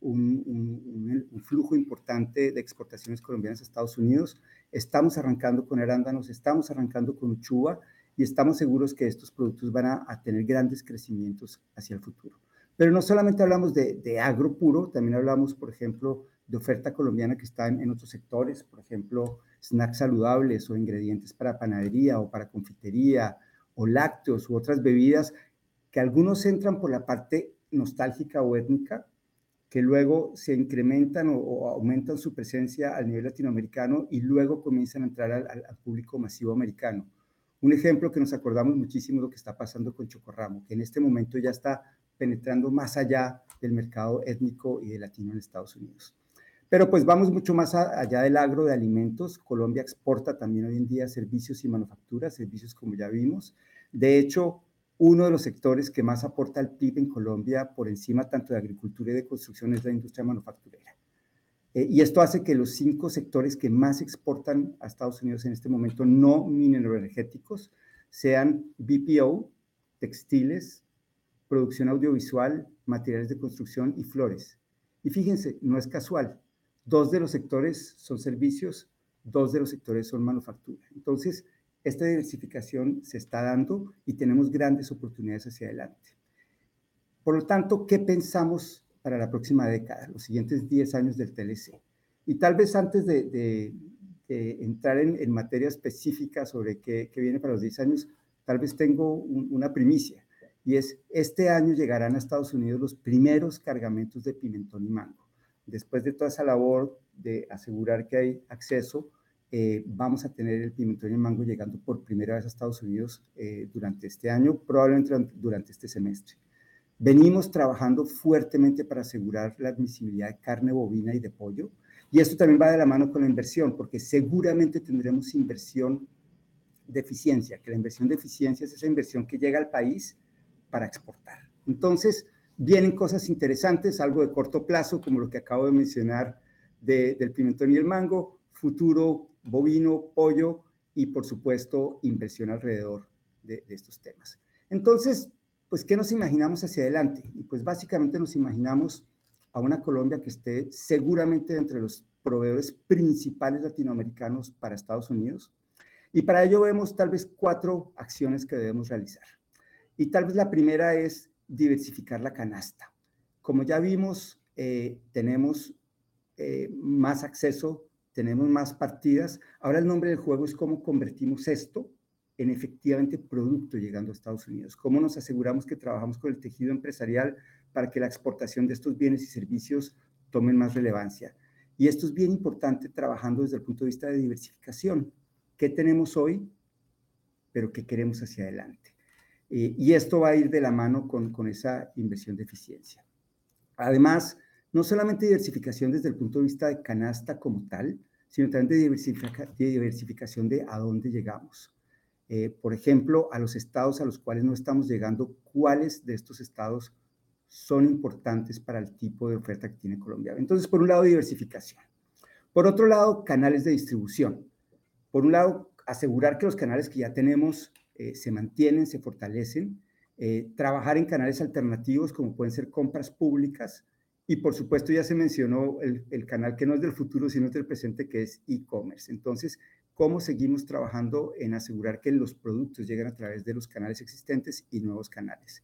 un flujo importante de exportaciones colombianas a Estados Unidos. Estamos arrancando con arándanos, estamos arrancando con uchuva y estamos seguros que estos productos van a tener grandes crecimientos hacia el futuro. Pero no solamente hablamos de agro puro, también hablamos, por ejemplo, de oferta colombiana que está en otros sectores, por ejemplo, snacks saludables o ingredientes para panadería o para confitería o lácteos u otras bebidas que algunos entran por la parte nostálgica o étnica, que luego se incrementan o aumentan su presencia al nivel latinoamericano y luego comienzan a entrar al público masivo americano. Un ejemplo que nos acordamos muchísimo de lo que está pasando con Chocorramo, que en este momento ya está penetrando más allá del mercado étnico y de latino en Estados Unidos. Pero pues vamos mucho más allá del agro de alimentos. Colombia exporta también hoy en día servicios y manufacturas, servicios como ya vimos. De hecho, uno de los sectores que más aporta al PIB en Colombia, por encima tanto de agricultura y de construcción, es la industria manufacturera. Y esto hace que los 5 sectores que más exportan a Estados Unidos en este momento, no mineroenergéticos, sean BPO, textiles, producción audiovisual, materiales de construcción y flores. Y fíjense, no es casual, 2 de los sectores son servicios, 2 de los sectores son manufactura. Entonces, esta diversificación se está dando y tenemos grandes oportunidades hacia adelante. Por lo tanto, ¿qué pensamos para la próxima década, los siguientes 10 años del TLC? Y tal vez antes de entrar en materia específica sobre qué viene para los 10 años, tal vez tengo una primicia. Y es, este año llegarán a Estados Unidos los primeros cargamentos de pimentón y mango. Después de toda esa labor de asegurar que hay acceso, vamos a tener el pimentón y el mango llegando por primera vez a Estados Unidos durante este año, probablemente durante este semestre. Venimos trabajando fuertemente para asegurar la admisibilidad de carne bovina y de pollo, y esto también va de la mano con la inversión, porque seguramente tendremos inversión de eficiencia, que la inversión de eficiencia es esa inversión que llega al país para exportar. Entonces, vienen cosas interesantes, algo de corto plazo, como lo que acabo de mencionar del pimentón y el mango, futuro bovino, pollo y, por supuesto, inversión alrededor de estos temas. Entonces, pues, ¿qué nos imaginamos hacia adelante? Y pues, básicamente nos imaginamos a una Colombia que esté seguramente entre los proveedores principales latinoamericanos para Estados Unidos. Y para ello vemos tal vez 4 acciones que debemos realizar. Y tal vez la primera es diversificar la canasta. Como ya vimos, tenemos más acceso, tenemos más partidas. Ahora el nombre del juego es cómo convertimos esto en efectivamente producto llegando a Estados Unidos. Cómo nos aseguramos que trabajamos con el tejido empresarial para que la exportación de estos bienes y servicios tomen más relevancia. Y esto es bien importante trabajando desde el punto de vista de diversificación. ¿Qué tenemos hoy, pero qué queremos hacia adelante? Y esto va a ir de la mano con esa inversión de eficiencia. Además, no solamente diversificación desde el punto de vista de canasta como tal, sino también de diversificación de a dónde llegamos. Por ejemplo, a los estados a los cuales no estamos llegando, ¿cuáles de estos estados son importantes para el tipo de oferta que tiene Colombia? Entonces, por un lado, diversificación. Por otro lado, canales de distribución. Por un lado, asegurar que los canales que ya tenemos se mantienen, se fortalecen, trabajar en canales alternativos como pueden ser compras públicas y por supuesto ya se mencionó el canal que no es del futuro sino del presente, que es e-commerce. Entonces, ¿cómo seguimos trabajando en asegurar que los productos lleguen a través de los canales existentes y nuevos canales?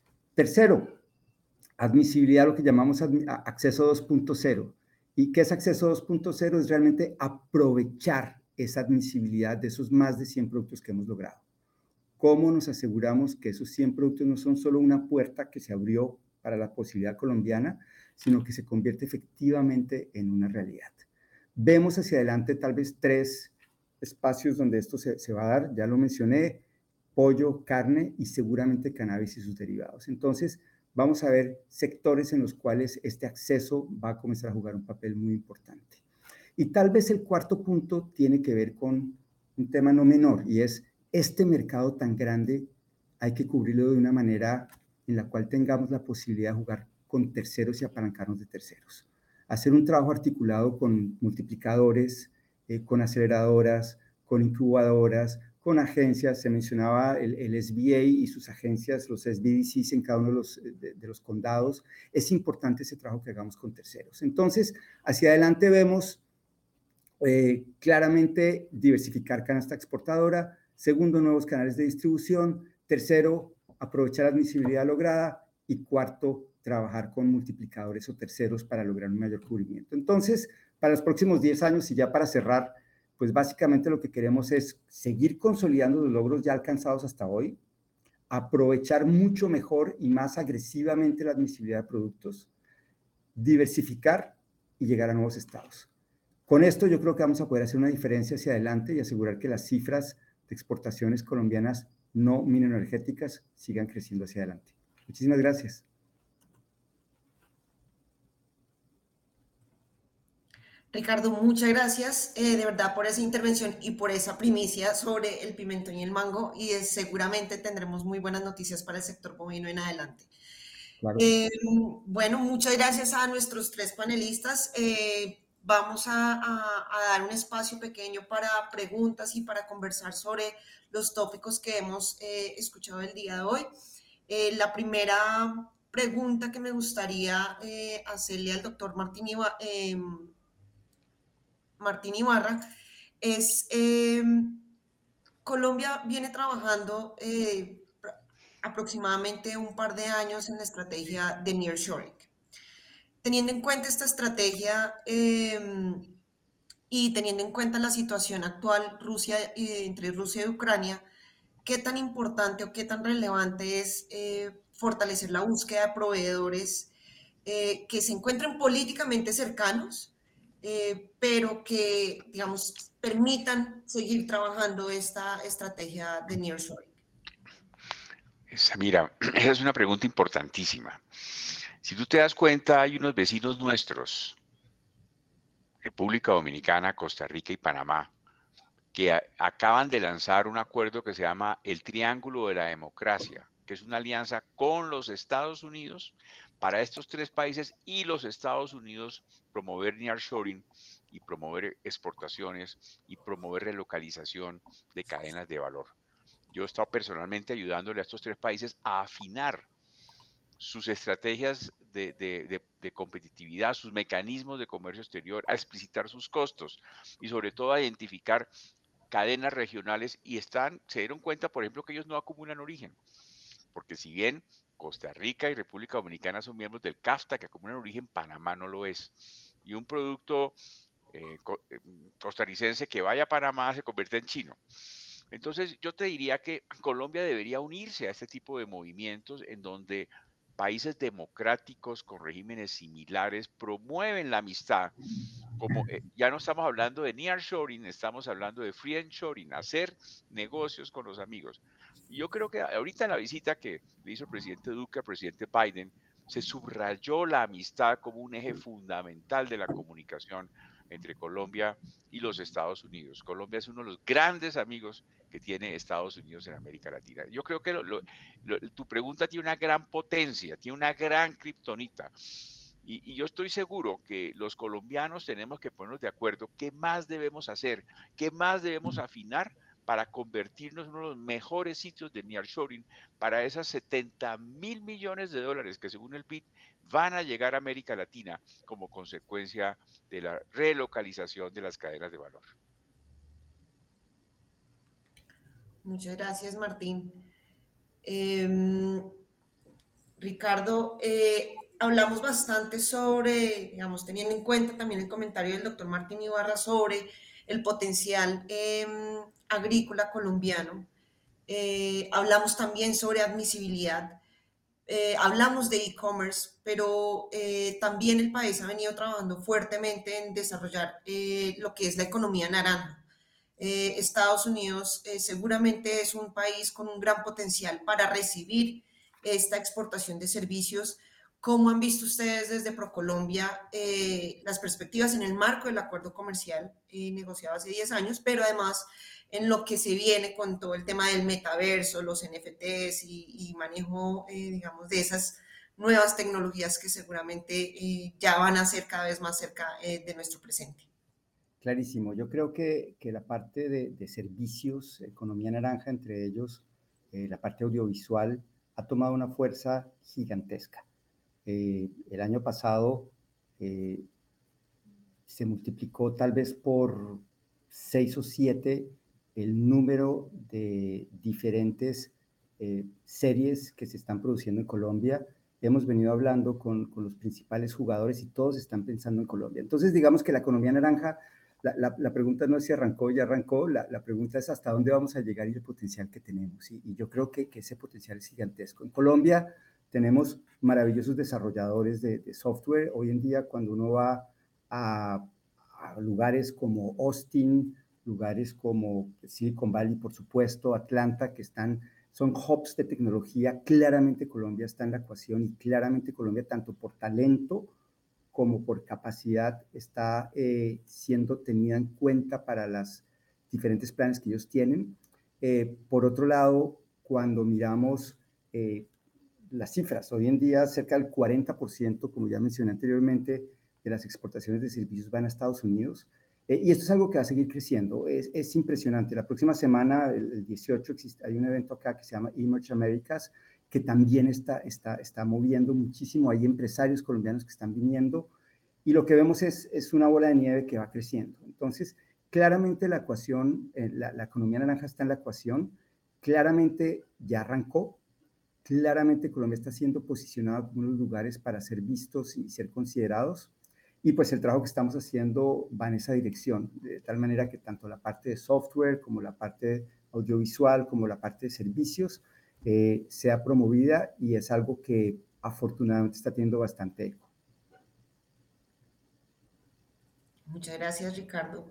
Tercero, admisibilidad, lo que llamamos acceso 2.0. ¿Y qué es acceso 2.0? Es realmente aprovechar esa admisibilidad de esos más de 100 productos que hemos logrado. ¿Cómo nos aseguramos que esos 100 productos no son solo una puerta que se abrió para la posibilidad colombiana, sino que se convierte efectivamente en una realidad? Vemos hacia adelante tal vez 3 espacios donde esto se va a dar, ya lo mencioné, pollo, carne y seguramente cannabis y sus derivados. Entonces, vamos a ver sectores en los cuales este acceso va a comenzar a jugar un papel muy importante. Y tal vez el cuarto punto tiene que ver con un tema no menor, y es este mercado tan grande hay que cubrirlo de una manera en la cual tengamos la posibilidad de jugar con terceros y apalancarnos de terceros. Hacer un trabajo articulado con multiplicadores, con aceleradoras, con incubadoras, con agencias. Se mencionaba el SBA y sus agencias, los SBDCs en cada uno de los condados. Es importante ese trabajo que hagamos con terceros. Entonces, hacia adelante vemos claramente diversificar canasta exportadora. Segundo, nuevos canales de distribución. Tercero, aprovechar la admisibilidad lograda. Y cuarto, trabajar con multiplicadores o terceros para lograr un mayor cubrimiento. Entonces, para los próximos 10 años y ya para cerrar, pues básicamente lo que queremos es seguir consolidando los logros ya alcanzados hasta hoy, aprovechar mucho mejor y más agresivamente la admisibilidad de productos, diversificar y llegar a nuevos estados. Con esto yo creo que vamos a poder hacer una diferencia hacia adelante y asegurar que las cifras de exportaciones colombianas no mineroenergéticas sigan creciendo hacia adelante. Muchísimas gracias. Ricardo, muchas gracias de verdad por esa intervención y por esa primicia sobre el pimentón y el mango, y seguramente tendremos muy buenas noticias para el sector bovino en adelante. Claro. Bueno, muchas gracias a nuestros 3 panelistas. Vamos a dar un espacio pequeño para preguntas y para conversar sobre los tópicos que hemos escuchado el día de hoy. La primera pregunta que me gustaría hacerle al doctor Martín Ibarra es, Colombia viene trabajando aproximadamente un par de años en la estrategia de nearshoring. Teniendo en cuenta esta estrategia y teniendo en cuenta la situación actual entre Rusia y Ucrania, ¿qué tan importante o qué tan relevante es fortalecer la búsqueda de proveedores que se encuentren políticamente cercanos, pero que, digamos, permitan seguir trabajando esta estrategia de nearshoring? Samira, esa es una pregunta importantísima. Si tú te das cuenta, hay unos vecinos nuestros, República Dominicana, Costa Rica y Panamá, que acaban de lanzar un acuerdo que se llama el Triángulo de la Democracia, que es una alianza con los Estados Unidos para estos 3 países y los Estados Unidos promover nearshoring y promover exportaciones y promover relocalización de cadenas de valor. Yo he estado personalmente ayudándole a estos 3 países a afinar sus estrategias de competitividad, sus mecanismos de comercio exterior, a explicitar sus costos y sobre todo a identificar cadenas regionales, y se dieron cuenta, por ejemplo, que ellos no acumulan origen, porque si bien Costa Rica y República Dominicana son miembros del CAFTA que acumulan origen, Panamá no lo es. Y un producto costarricense que vaya a Panamá se convierte en chino. Entonces yo te diría que Colombia debería unirse a este tipo de movimientos en donde países democráticos con regímenes similares promueven la amistad. Como ya no estamos hablando de nearshoring, estamos hablando de friendshoring, hacer negocios con los amigos. Y yo creo que ahorita en la visita que le hizo el presidente Duque al presidente Biden, se subrayó la amistad como un eje fundamental de la comunicación entre Colombia y los Estados Unidos. Colombia es uno de los grandes amigos que tiene Estados Unidos en América Latina. Yo creo que tu pregunta tiene una gran potencia, tiene una gran kriptonita. Y yo estoy seguro que los colombianos tenemos que ponernos de acuerdo qué más debemos hacer, qué más debemos afinar para convertirnos en uno de los mejores sitios de nearshoring para esas 70.000 millones de dólares que según el BID van a llegar a América Latina como consecuencia de la relocalización de las cadenas de valor. Muchas gracias, Martín. Ricardo, hablamos bastante sobre, digamos, teniendo en cuenta también el comentario del doctor Martín Ibarra sobre el potencial agrícola colombiano. Hablamos también sobre admisibilidad. Hablamos de e-commerce, pero también el país ha venido trabajando fuertemente en desarrollar lo que es la economía naranja. Estados Unidos seguramente es un país con un gran potencial para recibir esta exportación de servicios. ¿Cómo han visto ustedes desde ProColombia las perspectivas en el marco del acuerdo comercial negociado hace 10 años, pero además en lo que se viene con todo el tema del metaverso, los NFTs y manejo, digamos, de esas nuevas tecnologías que seguramente ya van a ser cada vez más cerca de nuestro presente? Clarísimo. Yo creo que la parte de servicios, economía naranja, entre ellos la parte audiovisual, ha tomado una fuerza gigantesca. El año pasado se multiplicó tal vez por 6 o 7 el número de diferentes series que se están produciendo en Colombia. Hemos venido hablando con los principales jugadores y todos están pensando en Colombia. Entonces, digamos que la economía naranja, la pregunta no es si arrancó, ya arrancó, la pregunta es hasta dónde vamos a llegar y el potencial que tenemos. Y yo creo que ese potencial es gigantesco. En Colombia tenemos maravillosos desarrolladores de software. Hoy en día, cuando uno va a lugares como Austin, lugares como Silicon Valley, por supuesto, Atlanta, que son hubs de tecnología, claramente Colombia está en la ecuación y claramente Colombia, tanto por talento como por capacidad, está siendo tenida en cuenta para los diferentes planes que ellos tienen. Por otro lado, cuando miramos las cifras, hoy en día cerca del 40%, como ya mencioné anteriormente, de las exportaciones de servicios van a Estados Unidos. Y esto es algo que va a seguir creciendo. Es impresionante. La próxima semana, el 18, hay un evento acá que se llama Emerge Americas, que también está moviendo muchísimo. Hay empresarios colombianos que están viniendo y lo que vemos es una bola de nieve que va creciendo. Entonces, claramente la ecuación, la economía naranja está en la ecuación, claramente ya arrancó, claramente Colombia está siendo posicionado como unos lugares para ser vistos y ser considerados. Y pues el trabajo que estamos haciendo va en esa dirección, de tal manera que tanto la parte de software como la parte audiovisual, como la parte de servicios, sea promovida y es algo que afortunadamente está teniendo bastante eco. Muchas gracias, Ricardo.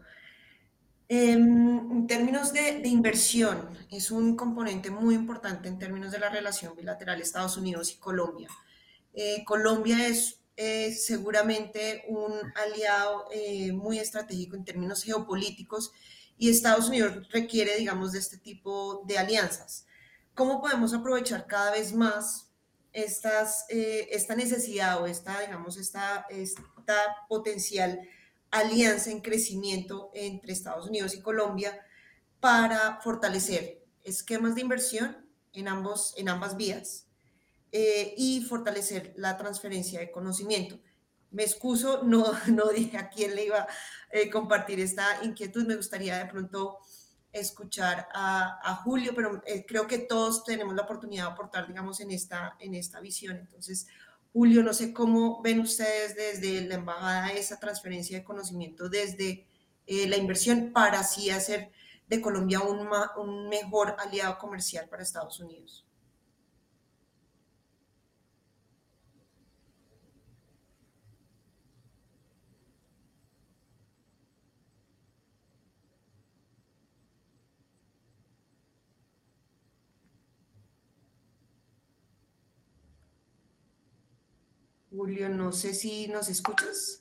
En términos de inversión, es un componente muy importante en términos de la relación bilateral Estados Unidos y Colombia. Colombia es seguramente un aliado muy estratégico en términos geopolíticos y Estados Unidos requiere, digamos, de este tipo de alianzas. ¿Cómo podemos aprovechar cada vez más esta necesidad o esta potencial alianza en crecimiento entre Estados Unidos y Colombia para fortalecer esquemas de inversión en ambas vías? Y fortalecer la transferencia de conocimiento. Me excuso, no dije a quién le iba a compartir esta inquietud. Me gustaría de pronto escuchar a Julio, pero creo que todos tenemos la oportunidad de aportar, digamos, en esta visión. Entonces, Julio, no sé cómo ven ustedes desde la embajada esa transferencia de conocimiento desde la inversión para así hacer de Colombia un mejor aliado comercial para Estados Unidos. Julio, no sé si nos escuchas.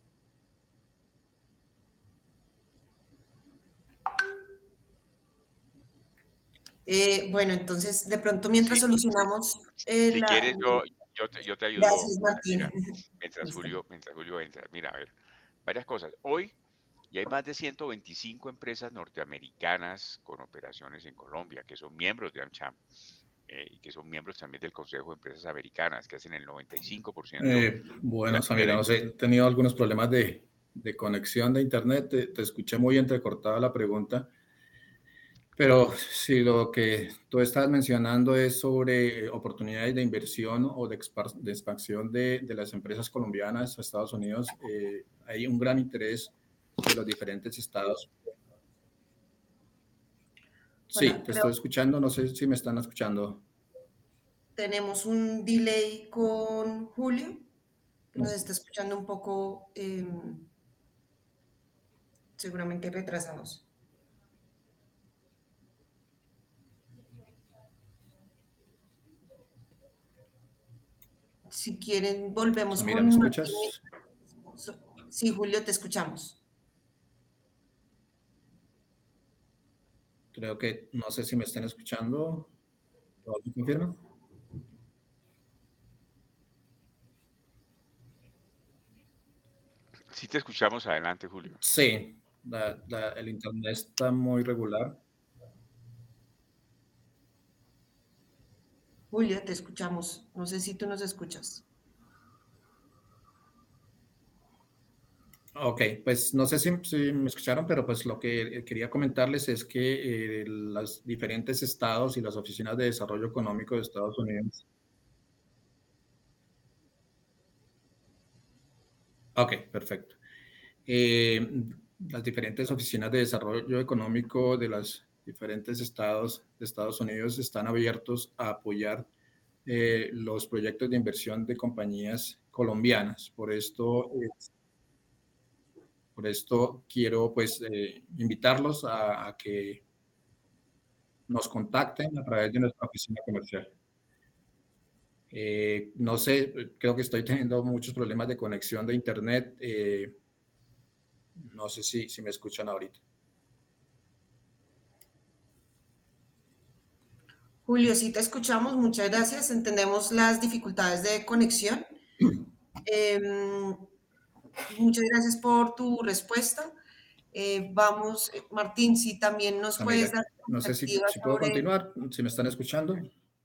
Bueno, entonces, de pronto, mientras Sí, solucionamos si quieres, yo te ayudo. Gracias, Martín. Mira, mientras Julio entra. Mira, a ver, varias cosas. Hoy y hay más de 125 empresas norteamericanas con operaciones en Colombia, que son miembros de AmCham y que son miembros también del Consejo de Empresas Americanas, que hacen el 95% Bueno, de la Samira, no sé, he inversión. tenido algunos problemas de conexión de internet, te escuché muy entrecortada la pregunta, pero si lo que tú estás mencionando es sobre oportunidades de inversión o de expansión de las empresas colombianas a Estados Unidos, hay un gran interés de los diferentes estados. Sí, Hola, te creo estoy escuchando, no sé si me están escuchando. que tenemos un delay con Julio, que nos está escuchando un poco, seguramente retrasados. Si quieren, volvemos Samira, ¿me con Martín. escuchas? Sí, Julio, te escuchamos. Creo que no sé si me están escuchando. ¿Me confirman? Si te escuchamos, adelante, Julio. Sí, el internet está muy regular. Julio, te escuchamos. No sé si tú nos escuchas. Ok, pues no sé si me escucharon, pero pues lo que quería comentarles es que los diferentes estados y las oficinas de desarrollo económico de Estados Unidos. Ok, perfecto. Las diferentes oficinas de desarrollo económico de los diferentes estados de Estados Unidos están abiertos a apoyar los proyectos de inversión de compañías colombianas. Por esto quiero pues invitarlos a que nos contacten a través de nuestra oficina comercial. No sé, creo que estoy teniendo muchos problemas de conexión de internet. No sé si me escuchan ahorita. Julio, sí te escuchamos. Muchas gracias. Entendemos las dificultades de conexión. Muchas gracias por tu respuesta. Martín, si también nos puedes Samira, dar no sé perspectiva si puedo sobre... continuar, si me están escuchando.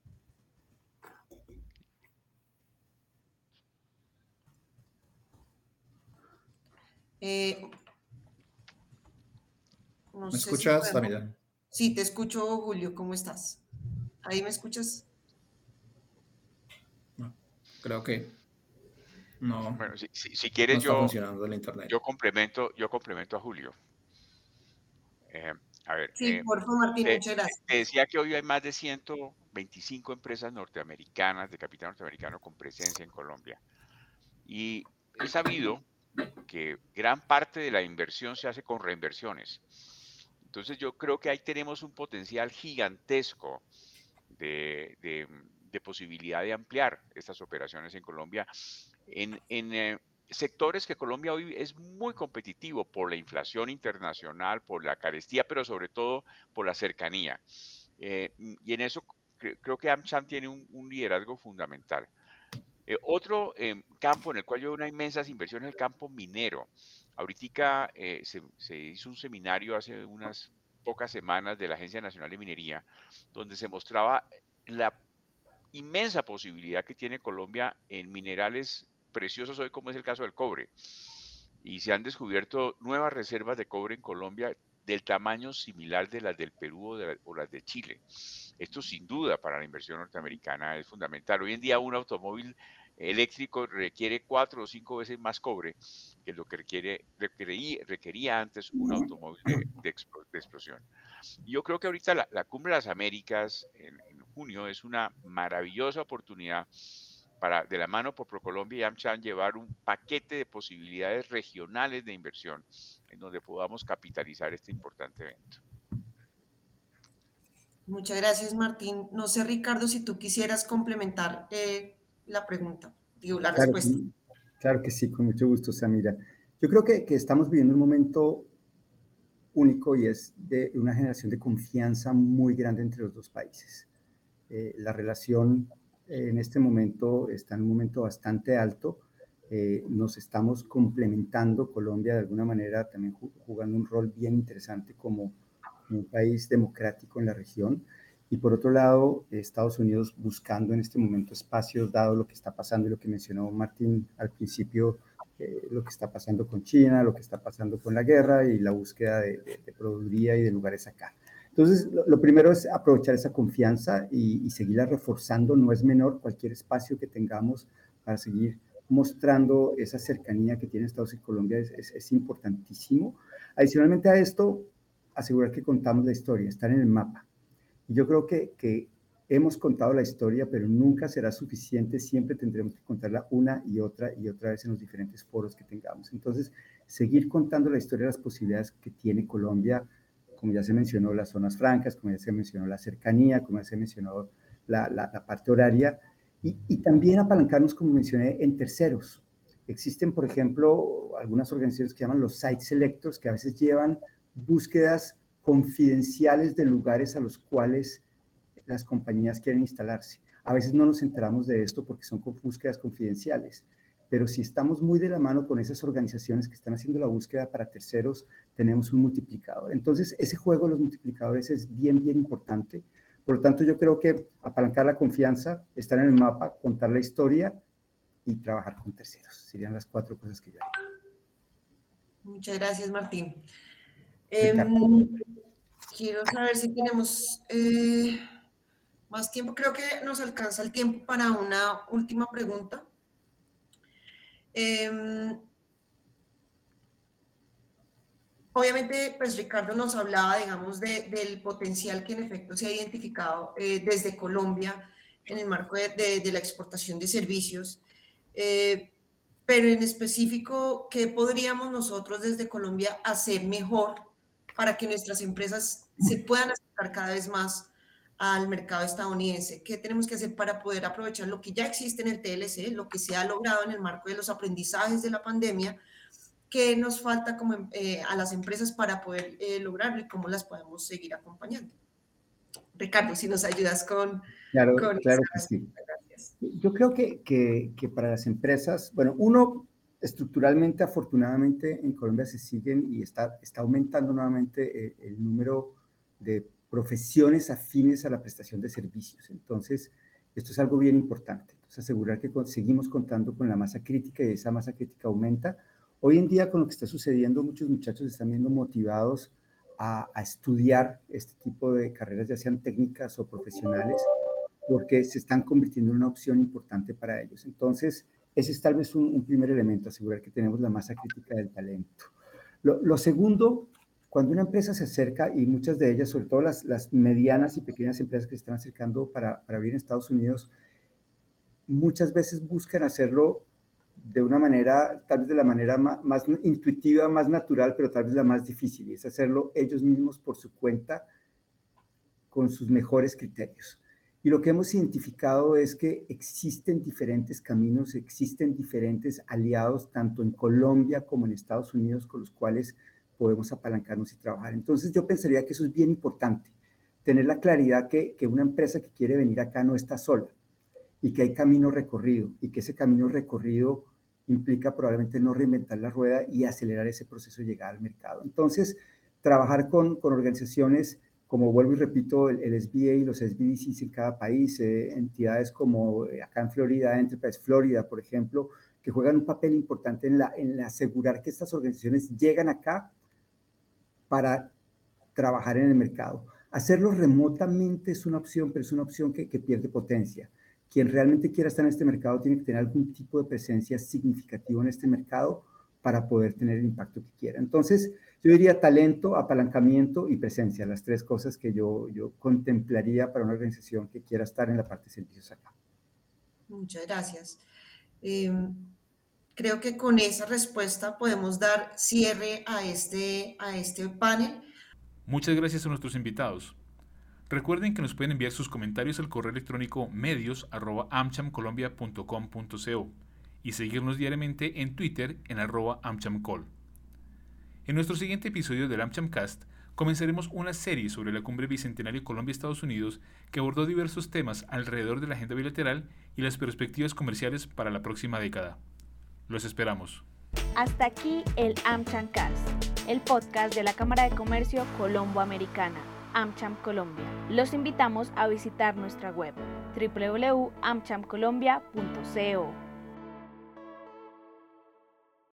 no ¿Me sé si escuchas, podemos... Samira? Sí, te escucho, Julio. ¿Cómo estás? ¿Ahí me escuchas? No, creo que no, Bueno, si no quieres, está funcionando el internet. yo complemento a Julio. Eh, a ver, Sí, por favor, Martín, muchas gracias. te decía que hoy hay más de 125 empresas norteamericanas, de capital norteamericano, con presencia en Colombia. Y es sabido que gran parte de la inversión se hace con reinversiones. Entonces yo creo que ahí tenemos un potencial gigantesco de posibilidad de ampliar estas operaciones en Colombia en sectores que Colombia hoy es muy competitivo por la inflación internacional, por la carestía, pero sobre todo por la cercanía. Y en eso creo que AmCham tiene un liderazgo fundamental. Otro campo en el cual yo veo unas inmensas inversiones es el campo minero. Ahorita se hizo un seminario hace unas pocas semanas de la Agencia Nacional de Minería, donde se mostraba la inmensa posibilidad que tiene Colombia en minerales preciosos hoy, como es el caso del cobre. Y se han descubierto nuevas reservas de cobre en Colombia del tamaño similar de las del Perú o las de Chile. Esto sin duda para la inversión norteamericana es fundamental. Hoy en día un automóvil eléctrico requiere 4 o 5 veces más cobre que lo que requería antes un automóvil de explosión. Y yo creo que ahorita la Cumbre de las Américas en junio es una maravillosa oportunidad para, de la mano por ProColombia y AmCham, llevar un paquete de posibilidades regionales de inversión en donde podamos capitalizar este importante evento. Muchas gracias, Martín. No sé, Ricardo, si tú quisieras complementar la pregunta. la respuesta. Claro que sí, con mucho gusto, Samira. Yo creo que estamos viviendo un momento único y es de una generación de confianza muy grande entre los dos países. La relación en este momento está en un momento bastante alto. Nos estamos complementando, Colombia de alguna manera también jugando un rol bien interesante como un país democrático en la región, y por otro lado Estados Unidos buscando en este momento espacios dado lo que está pasando y lo que mencionó Martín al principio, lo que está pasando con China, lo que está pasando con la guerra y la búsqueda de proveeduría y de lugares acá. Entonces, lo primero es aprovechar esa confianza y seguirla reforzando. No es menor cualquier espacio que tengamos para seguir mostrando esa cercanía que tiene Estados Unidos y Colombia es importantísimo. Adicionalmente a esto, asegurar que contamos la historia, estar en el mapa. Y yo creo que hemos contado la historia, pero nunca será suficiente. Siempre tendremos que contarla una y otra vez en los diferentes foros que tengamos. Entonces, seguir contando la historia de las posibilidades que tiene Colombia, como ya se mencionó, las zonas francas, como ya se mencionó la cercanía, como ya se mencionó la parte horaria, y también apalancarnos, como mencioné, en terceros. Existen, por ejemplo, algunas organizaciones que llaman los site selectors, que a veces llevan búsquedas confidenciales de lugares a los cuales las compañías quieren instalarse. A veces no nos enteramos de esto porque son búsquedas confidenciales, pero si estamos muy de la mano con esas organizaciones que están haciendo la búsqueda para terceros, tenemos un multiplicador. Entonces, ese juego de los multiplicadores es bien, bien importante. Por lo tanto, yo creo que apalancar la confianza, estar en el mapa, contar la historia y trabajar con terceros. Serían las 4 cosas que yo haría. Muchas gracias, Martín. Quiero saber si tenemos más tiempo. Creo que nos alcanza el tiempo para una última pregunta. Obviamente, pues Ricardo nos hablaba, digamos, del potencial que en efecto se ha identificado desde Colombia en el marco de la exportación de servicios, pero en específico, ¿qué podríamos nosotros desde Colombia hacer mejor para que nuestras empresas se puedan acercar cada vez más al mercado estadounidense? ¿Qué tenemos que hacer para poder aprovechar lo que ya existe en el TLC, lo que se ha logrado en el marco de los aprendizajes de la pandemia? ¿Qué nos falta como, a las empresas para poder lograrlo y cómo las podemos seguir acompañando? Ricardo, si nos ayudas con claro que sí. Gracias. Yo creo que para las empresas, bueno, uno, estructuralmente, afortunadamente, en Colombia se siguen y está aumentando nuevamente el número de profesiones afines a la prestación de servicios. Entonces, esto es algo bien importante. Entonces, asegurar que seguimos contando con la masa crítica y esa masa crítica aumenta. Hoy en día, con lo que está sucediendo, muchos muchachos están viendo motivados a estudiar este tipo de carreras, ya sean técnicas o profesionales, porque se están convirtiendo en una opción importante para ellos. Entonces, ese es tal vez un primer elemento, asegurar que tenemos la masa crítica del talento. Lo segundo, cuando una empresa se acerca, y muchas de ellas, sobre todo las medianas y pequeñas empresas que se están acercando para abrir en Estados Unidos, muchas veces buscan hacerlo de una manera, tal vez de la manera más intuitiva, más natural, pero tal vez la más difícil, y es hacerlo ellos mismos por su cuenta, con sus mejores criterios. Y lo que hemos identificado es que existen diferentes caminos, existen diferentes aliados, tanto en Colombia como en Estados Unidos, con los cuales podemos apalancarnos y trabajar. Entonces yo pensaría que eso es bien importante, tener la claridad que una empresa que quiere venir acá no está sola, y que hay camino recorrido, y que ese camino recorrido implica probablemente no reinventar la rueda y acelerar ese proceso de llegada al mercado. Entonces, trabajar con organizaciones como, vuelvo y repito, el SBA y los SBDCs en cada país, entidades como acá en Florida, Enterprise Florida, por ejemplo, que juegan un papel importante en asegurar que estas organizaciones llegan acá para trabajar en el mercado. Hacerlo remotamente es una opción, pero es una opción que pierde potencia. Quien realmente quiera estar en este mercado tiene que tener algún tipo de presencia significativa en este mercado para poder tener el impacto que quiera. Entonces, yo diría talento, apalancamiento y presencia, las 3 cosas que yo contemplaría para una organización que quiera estar en la parte de servicios acá. Muchas gracias. Creo que con esa respuesta podemos dar cierre a este panel. Muchas gracias a nuestros invitados. Recuerden que nos pueden enviar sus comentarios al correo electrónico medios@amchamcolombia.com.co y seguirnos diariamente en Twitter en @AmChamCol. En nuestro siguiente episodio del AmChamCast comenzaremos una serie sobre la Cumbre Bicentenario Colombia-Estados Unidos que abordó diversos temas alrededor de la agenda bilateral y las perspectivas comerciales para la próxima década. Los esperamos. Hasta aquí el AmChamCast, el podcast de la Cámara de Comercio Colombo-Americana, AmCham Colombia. Los invitamos a visitar nuestra web www.amchamcolombia.co.